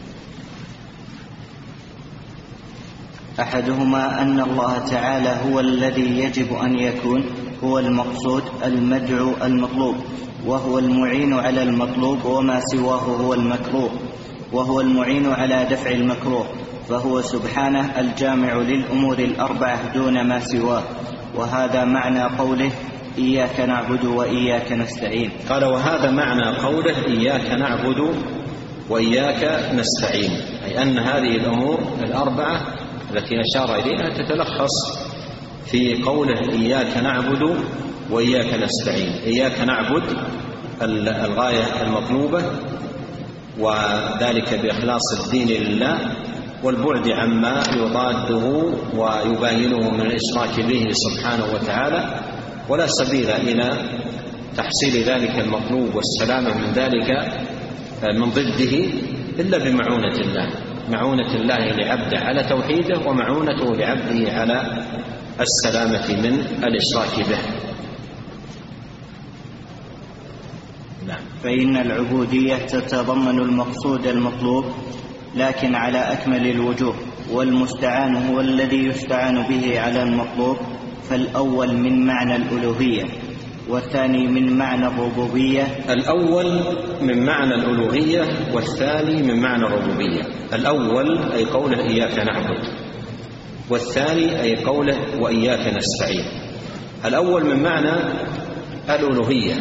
أحدهما أن الله تعالى هو الذي يجب أن يكون هو المقصود المدعو المطلوب، وهو المعين على المطلوب، وما سواه هو المكروه، وهو المعين على دفع المكروه، فهو سبحانه الجامع للأمور 4 دون ما سواه. وهذا معنى قوله: إياك نعبد وإياك نستعين. قال: وهذا معنى قوله: إياك نعبد وإياك نستعين، أي أن هذه الأمور 4 التي أشار إليها تتلخص في قوله: إياك نعبد وإياك نستعين. إياك نعبد الغاية المطلوبة، وذلك بإخلاص الدين لله والبعد عما يضاده ويباينه من الإشراك به سبحانه وتعالى، ولا سبيل إلى تحصيل ذلك المطلوب والسلامة من ذلك من ضده إلا بمعونة الله، معونة الله لعبده على توحيده ومعونته لعبده على السلامة من الإشراك به. نعم. فإن العبودية تتضمن المقصود المطلوب لكن على أكمل الوجوه، والمستعان هو الذي يستعان به على المطلوب، فالأول من معنى الألوهية والثاني من معنى الربوبية. الأول من معنى الألوهية والثاني من معنى الربوبية. الأول أي قوله إياك نعبد، والثاني أي قوله وإياك نستعين. الأول من معنى الألوهية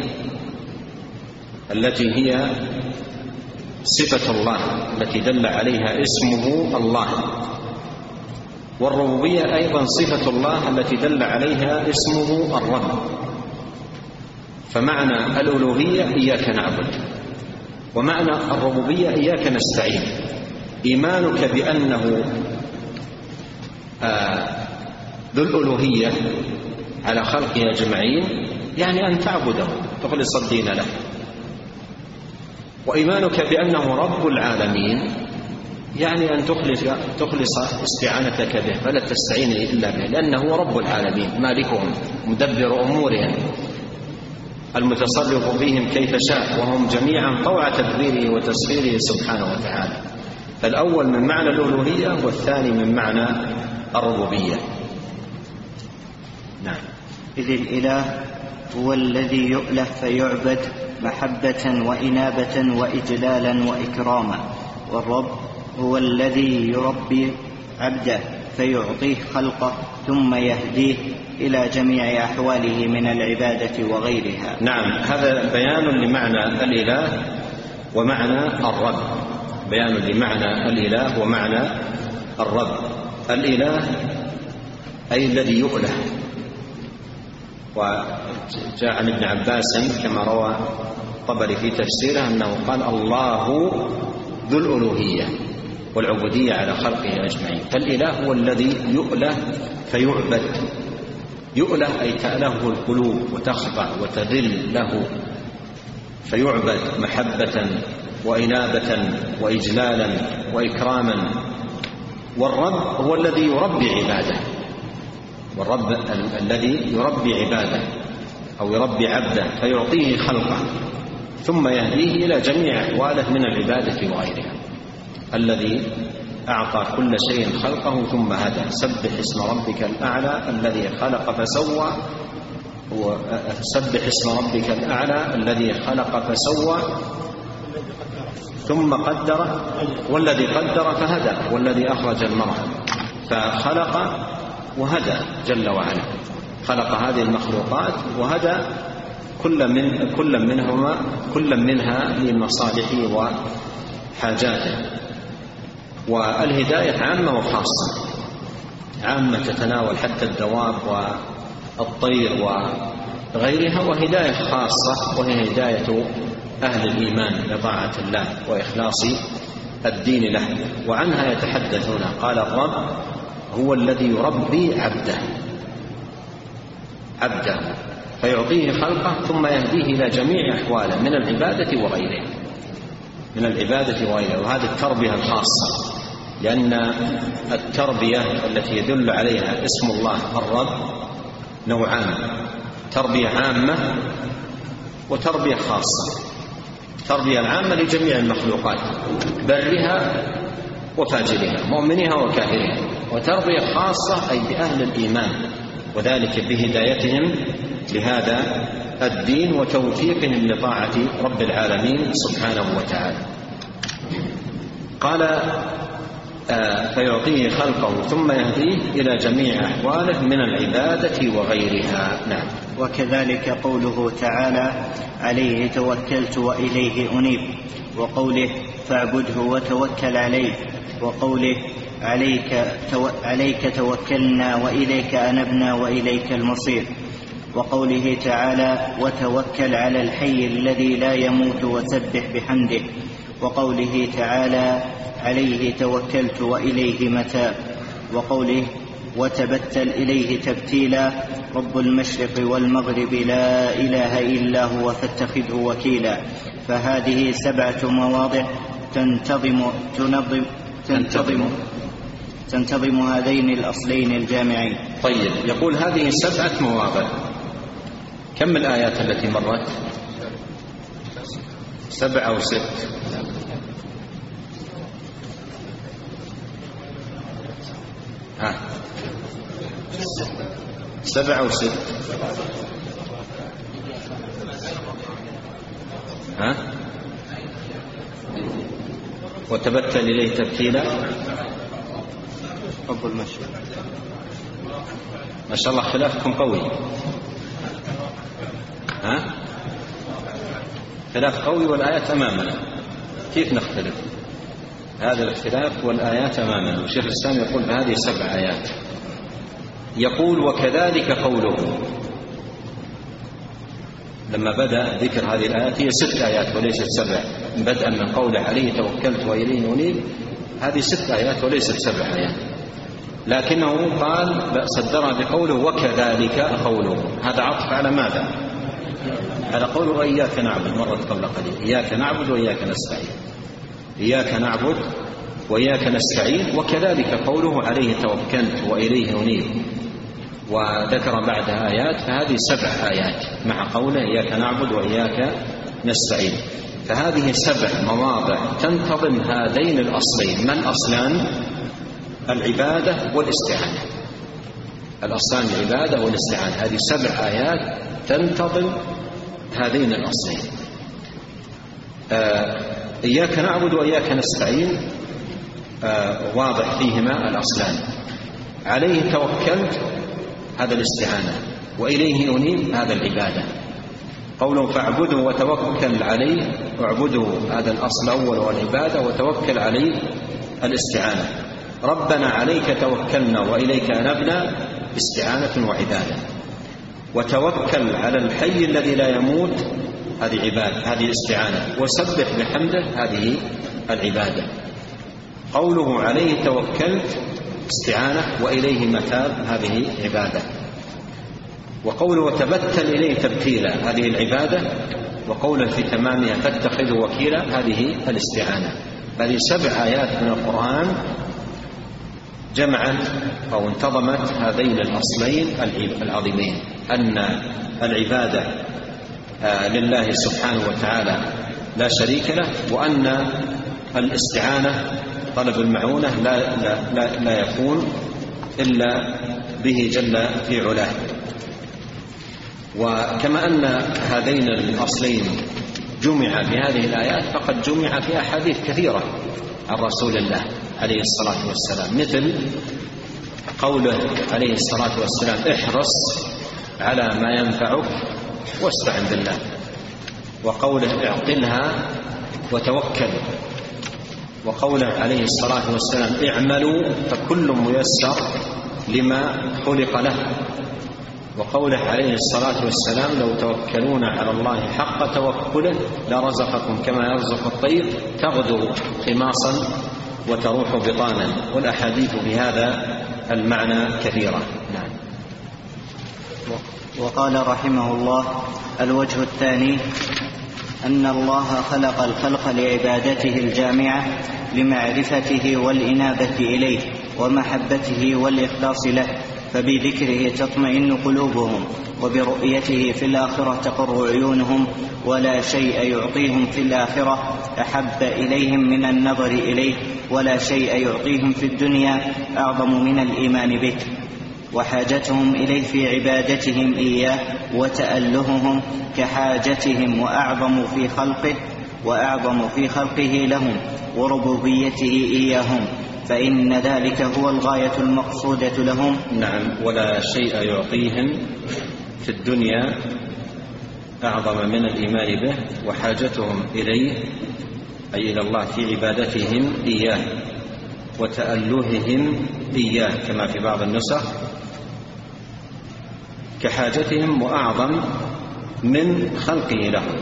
التي هي صفة الله التي دل عليها اسمه الله، والربوبية أيضا صفة الله التي دل عليها اسمه الرب. فمعنى الألوهية إياك نعبد، ومعنى الربوبية إياك نستعين. إيمانك بأنه ذو الألوهية على خلقه أجمعين يعني أن تعبده تخلص الدين له، وإيمانك بأنه رب العالمين يعني أن تخلص استعانتك به، فلا تستعين إلا به، لأنه رب العالمين مالكهم مدبر أمورهم المتصرف فيهم كيف شاء، وهم جميعا طوع تدبيره وتسخيره سبحانه وتعالى. فالأول من معنى الألوهية والثاني من معنى الربوبية. نعم. إذ الإله هو الذي يؤله فيعبد محبة وإنابة وإجلالا وإكراما، والرب هو الذي يربي عبده فيعطيه خلقه ثم يهديه إلى جميع أحواله من العبادة وغيرها. نعم، هذا بيان لمعنى الإله ومعنى الرب، بيان لمعنى الإله ومعنى الرب. الإله أي الذي يؤله، وجاء عن ابن عباس كما روى الطبري في تفسيره أنه قال الله ذو الألوهية والعبودية على خلقه أجمعين. فالإله هو الذي يؤله فيعبد، يؤله أي تأله القلوب وتخضع وتذل له، فيعبد محبة وإنابة وإجلالا وإكراما. والرب هو الذي يربي عباده، والرب الذي يربي عباده أو يربي عبده فيعطيه خلقه ثم يهديه إلى جميع أحواله من العبادة وغيرها، الذي أعطى كل شيء خلقه ثم هدى. سبح اسم ربك الأعلى الذي خلق فسوى، سبح اسم ربك الأعلى الذي خلق فسوى ثم قدر، والذي قدر فهدى، والذي أخرج المرعى فخلق وهدى جل وعلا. خلق هذه المخلوقات وهدى كل منها لمصالحه وحاجاته. والهداية عامة وخاصة، عامة تتناول حتى الدواب والطير وغيرها، وهداية خاصة وهي هداية أهل الإيمان لطاعة الله وإخلاص الدين له، وعنها يتحدثون. قال الرب هو الذي يربي عبده فيعطيه خلقه ثم يهديه إلى جميع أحواله من العبادة وغيرها، وهذه التربية الخاصة، لأن التربية التي يدل عليها اسم الله الرب نوعان: تربية عامة وتربية خاصة. التربية العامة لجميع المخلوقات برها وفاجرها، مؤمنها وكافرها. وتربية خاصة أي بأهل الإيمان، وذلك بهدايتهم لهذا الدين وتوفيقهم لطاعة رب العالمين سبحانه وتعالى. قال فيعطيه خلقه ثم يهديه إلى جميع أحواله من العبادة وغيرها. نعم. وكذلك قوله تعالى عليه توكلت وإليه أنيب، وقوله فاعبده وتوكل عليه، وقوله عليك توكلنا وإليك أنبنا وإليك المصير، وقوله تعالى وتوكل على الحي الذي لا يموت وسبح بحمده، وقوله تعالى عليه توكلت وإليه متاب، وتبتل إليه تبتيلا. رب المشرق والمغرب لا إله إلا هو فاتخذه وكيلا. فهذه 7 مواضع تنتظم هذين الأصلين الجامعين. طيب، يقول هذه 7 مواضع. كم الآيات التي مرت؟ 7 أو 6؟ 7 أو 6؟ وتبتل إليه تبتيلا. رب المشرق. ما شاء الله خلافكم قوي. خلاف قوي والآيات أمامنا، كيف نختلف؟ هذا الاختلاف والآيات أمامنا. وشيخ الإسلام يقول بهذه 7 آيات. يقول وكذلك قوله. لما بدأ ذكر هذه الآيات هي 6 آيات وليست 7، بدءا من قوله عليه توكلت وإليه أنيب، هذه 6 آيات وليست 7 آيات، لكنه قال صدرها بقوله وكذلك قوله. هذا عطف على ماذا؟ على قوله إياك نعبد، مرت قبل قليل، إياك نعبد وإياك نستعين، إياك نعبد وإياك نستعين. وكذلك قوله عليه توكلت وإليه أنيب، وذكر بعدها آيات، فهذه 7 آيات مع قوله إياك نعبد وإياك نستعين. فهذه 7 مواضع تنتظم هذين الأصلين. ما الأصلان؟ العبادة والاستعانة. الأصلان العبادة والاستعانة. هذه 7 آيات تنتظم هذين الأصلين. إياك نعبد وإياك نستعين واضح فيهما الأصلان. عليه توكلت هذا الاستعانة، وإليه أنيب هذا العبادة. قوله فاعبده وتوكل عليه، اعبده هذا الأصل الأول والعبادة، وتوكل عليه الاستعانة. ربنا عليك توكلنا وإليك أنبنا، استعانة وعبادة. وتوكل على الحي الذي لا يموت، هذه عبادة، هذه استعانة. وسبح بحمده، هذه العبادة. قوله عليه توكلت استعانة، وإليه متاب، هذه عبادة. وقوله وتبتل إليه تبتيلا، هذه العبادة. وقوله في تمامها فاتخذه وكيلا، هذه الاستعانة. هذه 7 آيات من القرآن جمعت أو انتظمت هذين الأصلين العظيمين، أن العبادة لله سبحانه وتعالى لا شريك له، وأن الاستعانة طلب المعونة لا يكون إلا به جل في علاه. وكما أن هذين الأصلين جمع في هذه الآيات، فقد جمع في أحاديث كثيرة عن رسول الله عليه الصلاة والسلام، مثل قوله عليه الصلاة والسلام احرص على ما ينفعك واستعن بالله. وقوله اعقلها وتوكل. وقوله عليه الصلاة والسلام اعملوا فكل ميسر لما خلق له. وقوله عليه الصلاة والسلام لو توكلون على الله حق توكله لرزقكم كما يرزق الطير تغدو خماصا وتروح بطانا. والأحاديث بهذا المعنى كثيرة. نعم. وقال رحمه الله الوجه الثاني أن الله خلق الخلق لعبادته الجامعة لمعرفته والإنابة إليه ومحبته والإخلاص له، فبذكره تطمئن قلوبهم، وبرؤيته في الآخرة تقر عيونهم، ولا شيء يعطيهم في الآخرة أحب إليهم من النظر إليه، ولا شيء يعطيهم في الدنيا أعظم من الإيمان به. وحاجتهم إليه في عبادتهم إياه وتألههم كحاجتهم وأعظم في خلقه لهم وربوبيته إياهم، فإن ذلك هو الغاية المقصودة لهم. نعم. ولا شيء يعطيهم في الدنيا أعظم من الإيمان به، وحاجتهم إليه أي إلى الله في عبادتهم إياه وتألههم إياه كما في بعض النسخ كحاجتهم وأعظم من خلقه لهم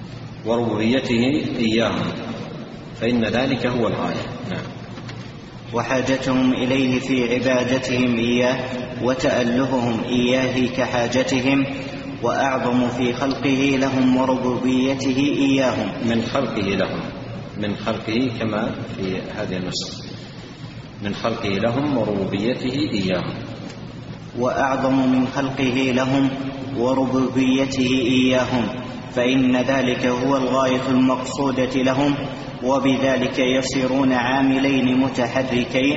وربوبيته إياهم، فإن ذلك هو الغاية. نعم. وحاجتهم إليه في عبادتهم إياه وتألههم إياه كحاجتهم، وأعظم في خلقه لهم وربوبيته إياهم. من خلقه كما في هذه النسخة، من خلقه لهم وربوبيته إياهم. وأعظم من خلقه لهم وربوبيته إياهم، فإن ذلك هو الغاية المقصودة لهم، وبذلك يصيرون عاملين متحركين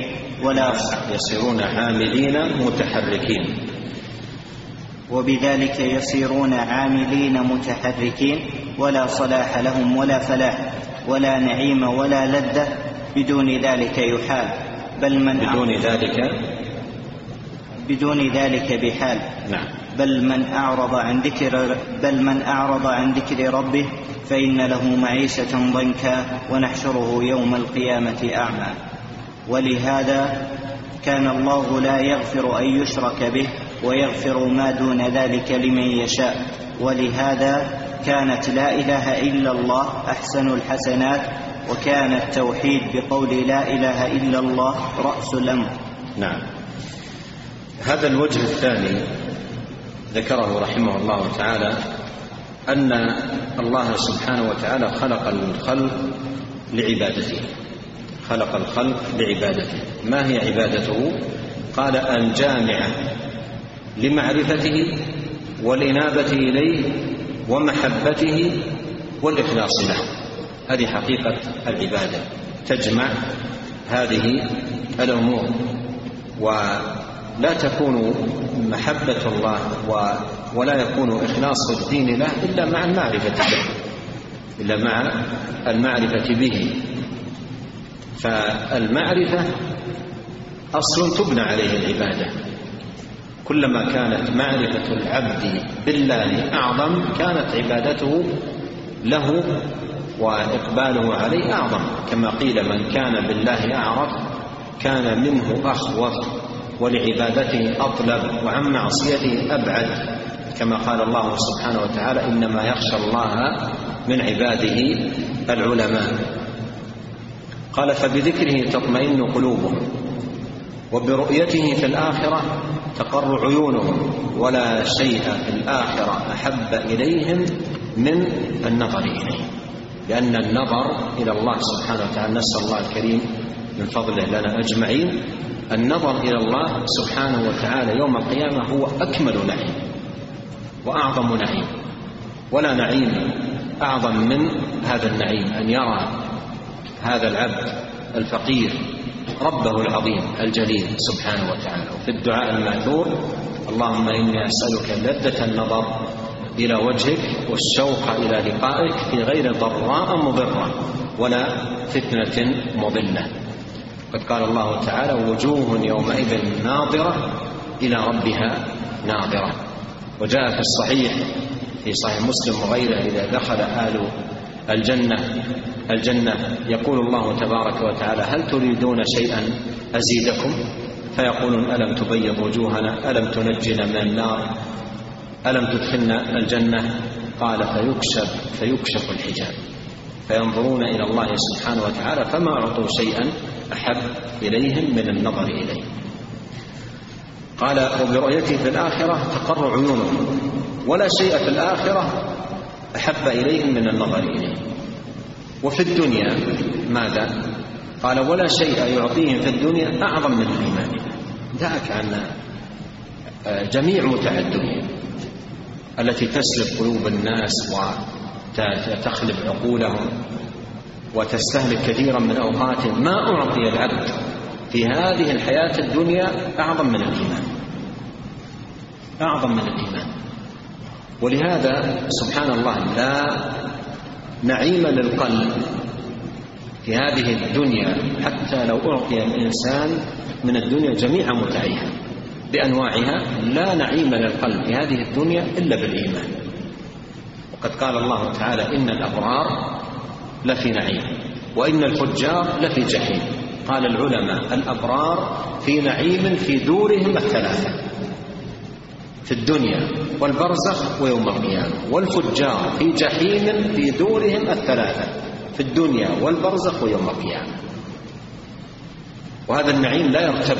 وبذلك يصيرون عاملين متحركين ولا صلاح لهم ولا فلاح ولا نعيم ولا لذة بدون ذلك يحال، بدون ذلك بحال. نعم. بل من أعرض عن ذكر ربه فإن له معيشة ضنكا ونحشره يوم القيامة أعمى. ولهذا كان الله لا يغفر أن يشرك به ويغفر ما دون ذلك لمن يشاء، ولهذا كانت لا إله إلا الله أحسن الحسنات، وكان التوحيد بقول لا إله إلا الله رأس الأمر. نعم. هذا الوجه الثاني ذكره رحمه الله تعالى، أن الله سبحانه وتعالى خلق الخلق لعبادته. ما هي عبادته؟ قال الجامعة لمعرفته والإنابة إليه ومحبته والإخلاص له. هذه حقيقة العبادة، تجمع هذه الأمور، ولا تكون محبة الله ولا يكون إخلاص الدين له إلا مع المعرفة به. فالمعرفة أصل تبنى عليه العبادة. كلما كانت معرفة العبد بالله أعظم كانت عبادته له وإقباله عليه أعظم، كما قيل من كان بالله أعرف كان منه أخوف ولعبادته أطلب وعن معصيته أبعد، كما قال الله سبحانه وتعالى إنما يخشى الله من عباده العلماء. قال فبذكره تطمئن قلوبهم وبرؤيته في الآخرة تقر عيونهم، ولا شيء في الآخرة أحب إليهم من النظر إليه، لأن النظر إلى الله سبحانه وتعالى، نسأل الله الكريم من فضله لنا أجمعين، النظر إلى الله سبحانه وتعالى يوم القيامة هو أكمل نعيم وأعظم نعيم، ولا نعيم أعظم من هذا النعيم، أن يرى هذا العبد الفقير ربه العظيم الجليل سبحانه وتعالى. وفي الدعاء المأثور اللهم إني أسألك لذة النظر إلى وجهك والشوق إلى لقائك في غير ضراء مضرة ولا فتنة مضلة. قد قال الله تعالى وجوه يومئذ ناظرة إلى ربها ناظرة. وجاء في الصحيح في صحيح مسلم وغيره إذا دخل أهل الجنة يقول الله تبارك وتعالى هل تريدون شيئا أزيدكم؟ فيقولون ألم تبيض وجوهنا، ألم تنجنا من النار، ألم تدخلنا الجنة؟ قال فيكشف الحجاب فينظرون إلى الله سبحانه وتعالى فما أعطوا شيئا أحب إليهم من النظر إليه. قال وبرؤيته في الآخرة تقر عيونهم، ولا شيء في الآخرة أحب إليهم من النظر إليه. وفي الدنيا ماذا؟ قال ولا شيء يعطيهم في الدنيا أعظم من الإيمان. ذاك عن جميع متع الدنيا التي تسلب قلوب الناس وتخلب عقولهم وتستهلك كثيرا من أوقاتهم، ما أعطي العبد في هذه الحياة الدنيا أعظم من الإيمان. ولهذا سبحان الله لا نعيم للقلب في هذه الدنيا حتى لو أعطي الإنسان من الدنيا جميع متعها بأنواعها، لا نعيم للقلب في هذه الدنيا إلا بالإيمان. وقد قال الله تعالى إن الأبرار لفي نعيم وإن الفجار لفي جحيم. قال العلماء الأبرار في نعيم في دورهم الثلاثة، في الدنيا والبرزخ ويوم القيامة، والفجار في جحيم في دورهم الثلاثة، في الدنيا والبرزخ ويوم القيامة. وهذا النعيم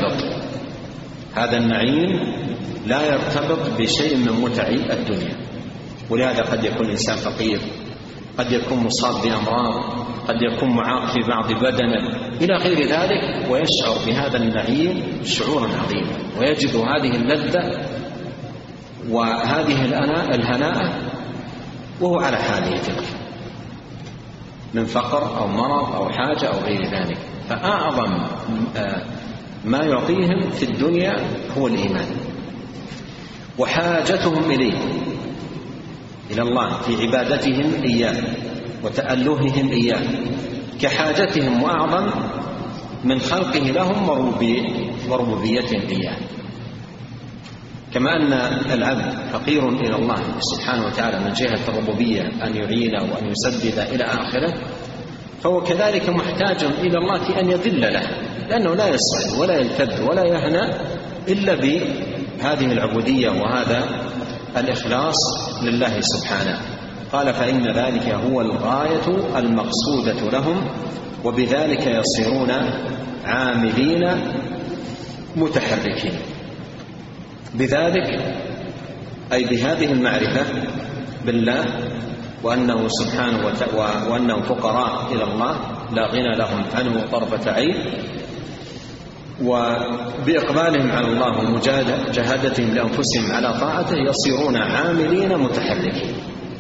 لا يرتبط بشيء من متع الدنيا. ولهذا قد يكون الإنسان فقير، قد يكون مصاب بأمراض، قد يكون معاق في بعض بدنه إلى غير ذلك، ويشعر بهذا النعيم شعورا عظيما، ويجد هذه اللذة وهذه الهناء وهو على حاله تلك من فقر أو مرض أو حاجة أو غير ذلك. فأعظم ما يعطيهم في الدنيا هو الإيمان، وحاجتهم إليه، إلى الله في عبادتهم إياه وتألههم إياه، كحاجتهم وأعظم من خلقه لهم وربوبيتهم إياه. كما أن العبد فقير إلى الله سبحانه وتعالى من جهة الربوبية أن يعينه وأن يسدد إلى آخره، فهو كذلك محتاج إلى الله في أن يذل له، لأنه لا يسعد ولا يلتذ ولا يهنى إلا بهذه العبودية وهذا الإخلاص لله سبحانه. قال: فإن ذلك هو الغاية المقصودة لهم، وبذلك يصيرون عاملين متحركين. بذلك أي بهذه المعرفة بالله وأنه سبحانه وأنهم فقراء إلى الله لا غنى لهم عنه طرفة عين، وبإقبالهم على الله ومجاهدتهم لأنفسهم على طاعته يصيرون عاملين متحركين،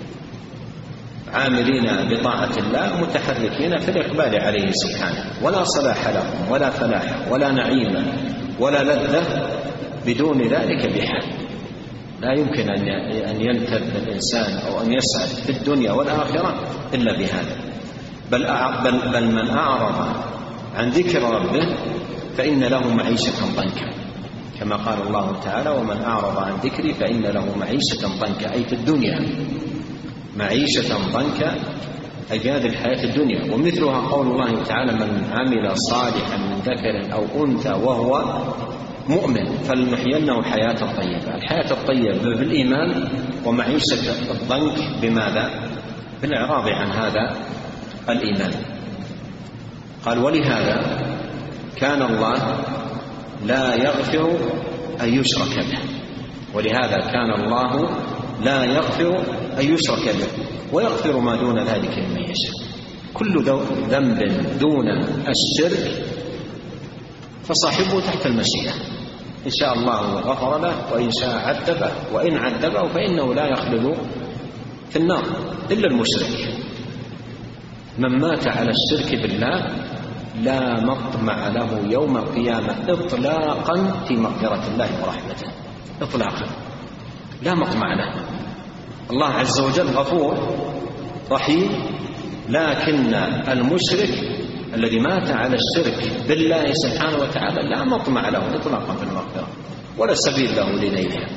عاملين بطاعة الله متحركين في الإقبال عليه سبحانه. ولا صلاح لهم ولا فلاح ولا نعيم ولا لذة بدون ذلك بحال. لا يمكن أن يلتذ الإنسان أو أن يسعد في الدنيا والآخرة إلا بهذا. بل من أعرض عن ذكر ربه فإن له معيشة ضنكا، كما قال الله تعالى: ومن أعرض عن ذكري فإن له معيشة ضنكا، أي في الدنيا معيشة ضنكا، أي في هذه الحياة الدنيا. ومثلها قول الله تعالى: من عمل صالحا من ذكر أو أنثى وهو مؤمن فلنحيينه حياة طيبة. الحياة الطيبة بالإيمان، ومعيشة الضنك بماذا؟ بالإعراض عن هذا الإيمان. قال: ولهذا كان الله لا يغفر أن يشرك به، ولهذا كان الله لا يغفر أن يشرك به ويغفر ما دون ذلك لمن يشاء. كل ذنب دون الشرك فصاحبه تحت المشيئة، إن شاء الله غفر له وإن شاء عذبه، وإن عذبه فإنه لا يخلد في النار إلا المشرك. من مات على الشرك بالله لا مطمع له يوم القيامة إطلاقا في مغفرة الله ورحمته، إطلاقا لا مطمع له. الله عز وجل غفور رحيم، لكن المشرك الذي مات على الشرك بالله سبحانه وتعالى لا مطمع له إطلاقا في المغفرة ولا سبيل له لنيلها،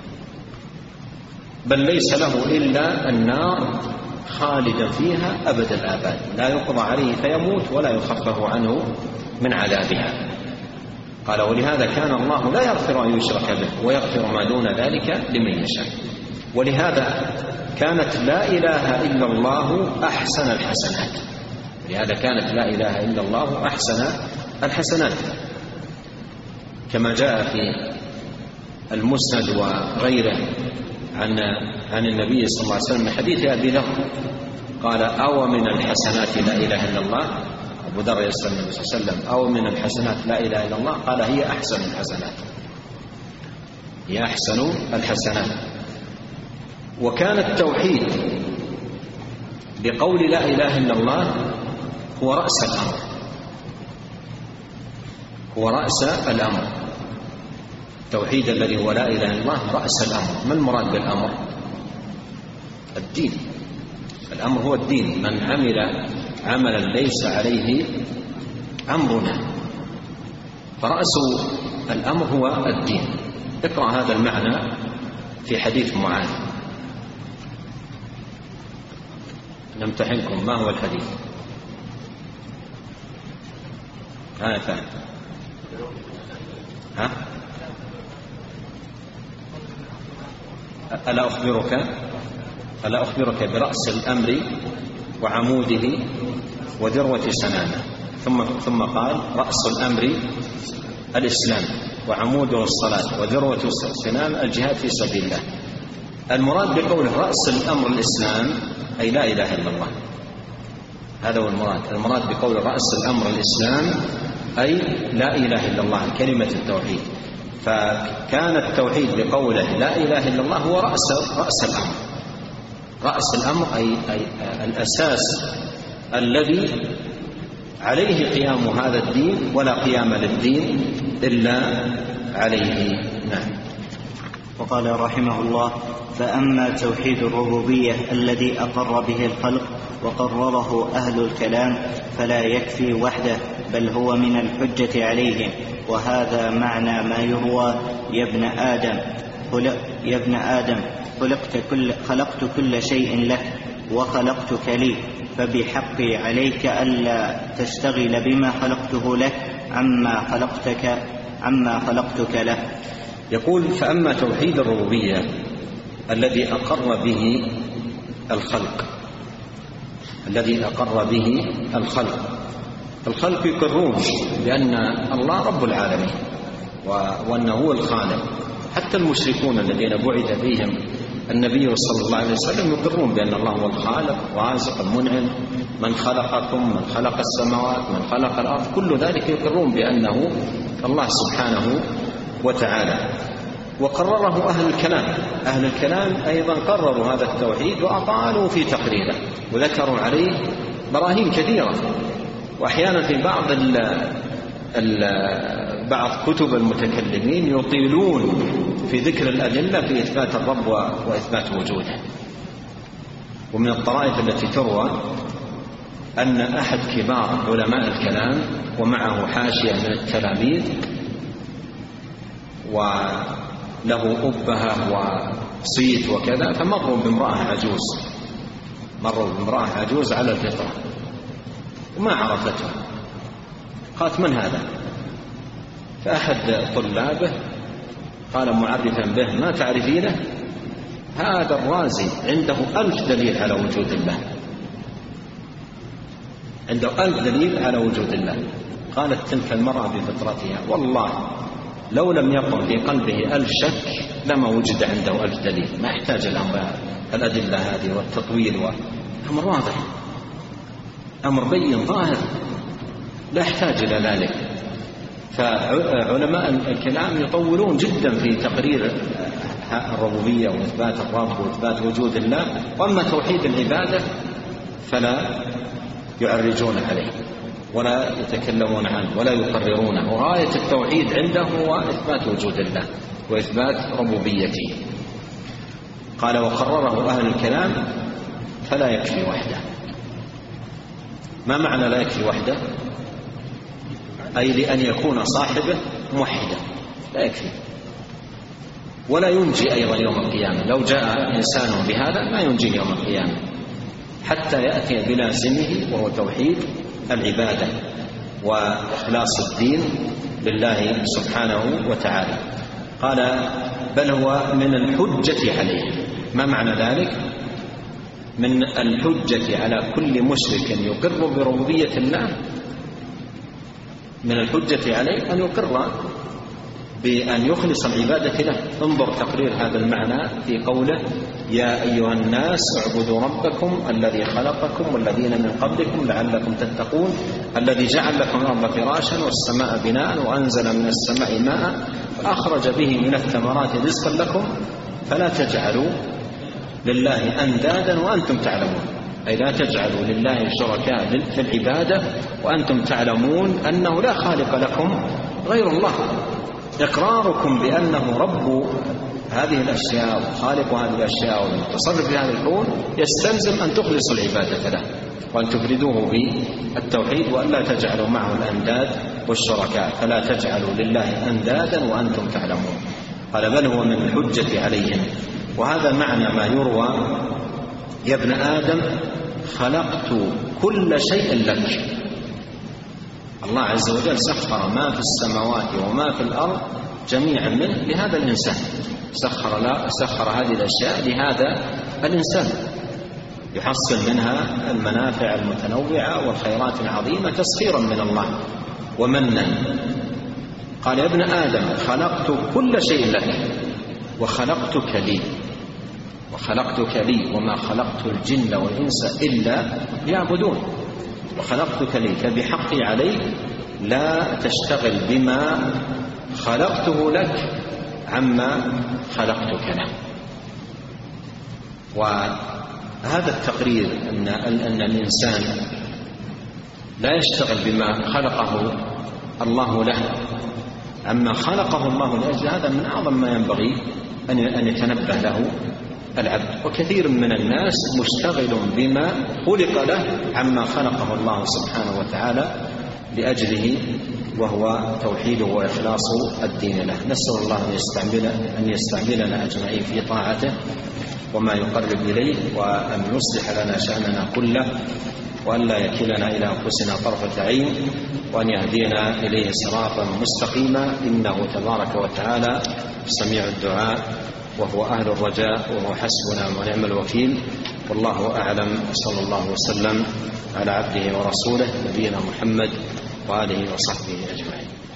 بل ليس له إلا النار خالدا فيها أبد الآباد، لا يقضى عليه فيموت ولا يخفف عنه من عذابها. قال: ولهذا كان الله لا يغفر أن يشرك به ويغفر ما دون ذلك لمن يشاء. ولهذا كانت لا إله إلا الله أحسن الحسنات، لهذا كانت لا إله إلا الله أحسن الحسنات، كما جاء في المسند وغيره عن النبي صلى الله عليه وسلم من حديث أبي ذر قال: أو من الحسنات لا إله إلا الله. أبو ذر يسأل النبي صلى الله عليه وسلم: أو من الحسنات لا إله إلا الله؟ قال: هي أحسن الحسنات، هي أحسن الحسنات. وكان التوحيد بقول لا إله إلا الله هو رأس الأمر، هو رأس الأمر. التوحيد الذي هو لا إله إلا الله رأس الأمر. ما المراد بالأمر؟ الدين. الأمر هو الدين. من عمل عملا ليس عليه أمرنا، فرأس الأمر هو الدين. اقرأ هذا المعنى في حديث معاذ. نمتحنكم، ما هو الحديث؟ فهم. ألا أخبرك برأس الأمر وعموده وذروة سنامه. ثم قال رأس الأمر الإسلام وعموده الصلاة وذروة سنام الجهاد في سبيل الله. المراد بقوله رأس الأمر الإسلام أي لا إله إلا الله، هذا هو المراد بقول رأس الأمر الإسلام أي لا إله إلا الله، كلمة التوحيد. فكان التوحيد بقوله لا إله إلا الله هو رأس الأمر. رأس الأمر أي الأساس الذي عليه قيام هذا الدين، ولا قيام للدين إلا عليه. نعم. وقال رحمه الله: فأما توحيد الربوبية الذي أقر به الخلق وقرره أهل الكلام فلا يكفي وحده، بل هو من الحجة عليهم. وهذا معنى ما يروى: يا ابن آدم خلقت كل شيء لك وخلقتك لي، فبحقي عليك ألا تشتغل بما خلقته لك عما خلقتك له. يقول: فأما توحيد الربوبية الذي أقر به الخلق يقرون بأن الله رب العالمين وأنه هو الخالق. حتى المشركون الذين بعث فيهم النبي صلى الله عليه وسلم يقرون بأن الله هو الخالق الرازق المنعم، من خلقكم، من خلق السماوات، من خلق الأرض، كل ذلك يقرون بأنه الله سبحانه وتعالى. وقرره أهل الكلام أيضا قرروا هذا التوحيد وأطالوا في تقريره وذكروا عليه براهين كثيرة. وأحيانا في بعض كتب المتكلمين يطيلون في ذكر الأدلة في إثبات الرب وإثبات وجوده. ومن الطرائف التي تروى أن أحد كبار علماء الكلام ومعه حاشية من التلاميذ وله أبهة وصيت وكذا، فمروا بامرأة عجوز على الفطرة وما عرفته، قالت: من هذا؟ فأحد طلابه قال معرفا به: ما تعرفينه؟ هذا الرازي عنده 1000 دليل على وجود الله، عنده 1000 دليل على وجود الله. قالت تلك المرأة بفطرتها: والله لو لم يكن في قلبه 1000 شك لما وجد عنده 1000 دليل. ما يحتاج الأدلة هذه والتطويل، أمر واضح، أمر بين ظاهر، لا يحتاج إلى ذلك. فعلماء الكلام يطولون جدا في تقرير الربوبية وإثبات الرب وإثبات وجود الله، وأما توحيد العبادة فلا يعرجون عليه ولا يتكلمون عنه ولا يقررونه. وغاية التوحيد عنده هو إثبات وجود الله وإثبات ربوبيته. قال: وقرره أهل الكلام فلا يكفي وحده. ما معنى لا يكفي وحده؟ أي لأن يكون صاحبه موحدا لا يكفي، ولا ينجي أيضا يوم القيامة. لو جاء إنسان بهذا ما ينجي يوم القيامة حتى يأتي بلازمه وهو توحيد العبادة وإخلاص الدين لله سبحانه وتعالى. قال: بل هو من الحجة عليه. ما معنى ذلك؟ من الحجة على كل مشرك يقر بربوبية الله، من الحجة عليه أن يقر بأن يخلص العبادة له. انظر تقرير هذا المعنى في قوله: يا أيها الناس اعبدوا ربكم الذي خلقكم والذين من قبلكم لعلكم تتقون الذي جعل لكم الأرض فراشا والسماء بناء وأنزل من السماء ماء فأخرج به من الثمرات رزقا لكم فلا تجعلوا لله أندادا وأنتم تعلمون. أي لا تجعلوا لله شركاء في العبادة وأنتم تعلمون أنه لا خالق لكم غير الله. إقراركم بأنه رب هذه الأشياء وخالق هذه الأشياء والمتصرف في هذا الكون يستلزم أن تخلصوا العبادة له وأن تفردوه بالتوحيد وأن لا تجعلوا معه الأنداد والشركاء. فلا تجعلوا لله أندادا وأنتم تعلمون. قال: بل هو من الحجة عليهم. وهذا معنى ما يروى: يا ابن آدم خلقت كل شيء لك. الله عز وجل سخر ما في السماوات وما في الأرض جميعا منه لهذا الإنسان، سخر هذه الأشياء لهذا الإنسان. يحصل منها المنافع المتنوعة والخيرات العظيمة تسخيرا من الله ومنا. قال: يا ابن آدم خلقت كل شيء لك وخلقتك لي وما خلقت الجن والإنس إلا ليعبدون. وخلقتك لي، فبحقي عليك لا تشتغل بما خلقته لك عما خلقتك له. وهذا التقرير أن الإنسان لا يشتغل بما خلقه الله له عما خلقه الله لأجل، هذا من أعظم ما ينبغي أن يتنبه له العبد. وكثير من الناس مشتغل بما خلق له عما خلقه الله سبحانه وتعالى لأجله، وهو توحيده وإخلاص الدين له. نسأل الله أن يستعملنا أجمعين في طاعته وما يقرب إليه، وأن يصلح لنا شأننا كله، وأن لا يكلنا إلى أنفسنا طرفة عين، وأن يهدينا إليه صراطا مستقيما، إنه تبارك وتعالى سميع الدعاء وهو أهل الرجاء وهو حسبنا ونعم الوكيل. والله أعلم، صلى الله وسلم على عبده ورسوله نبينا محمد وآله وصحبه أجمعين.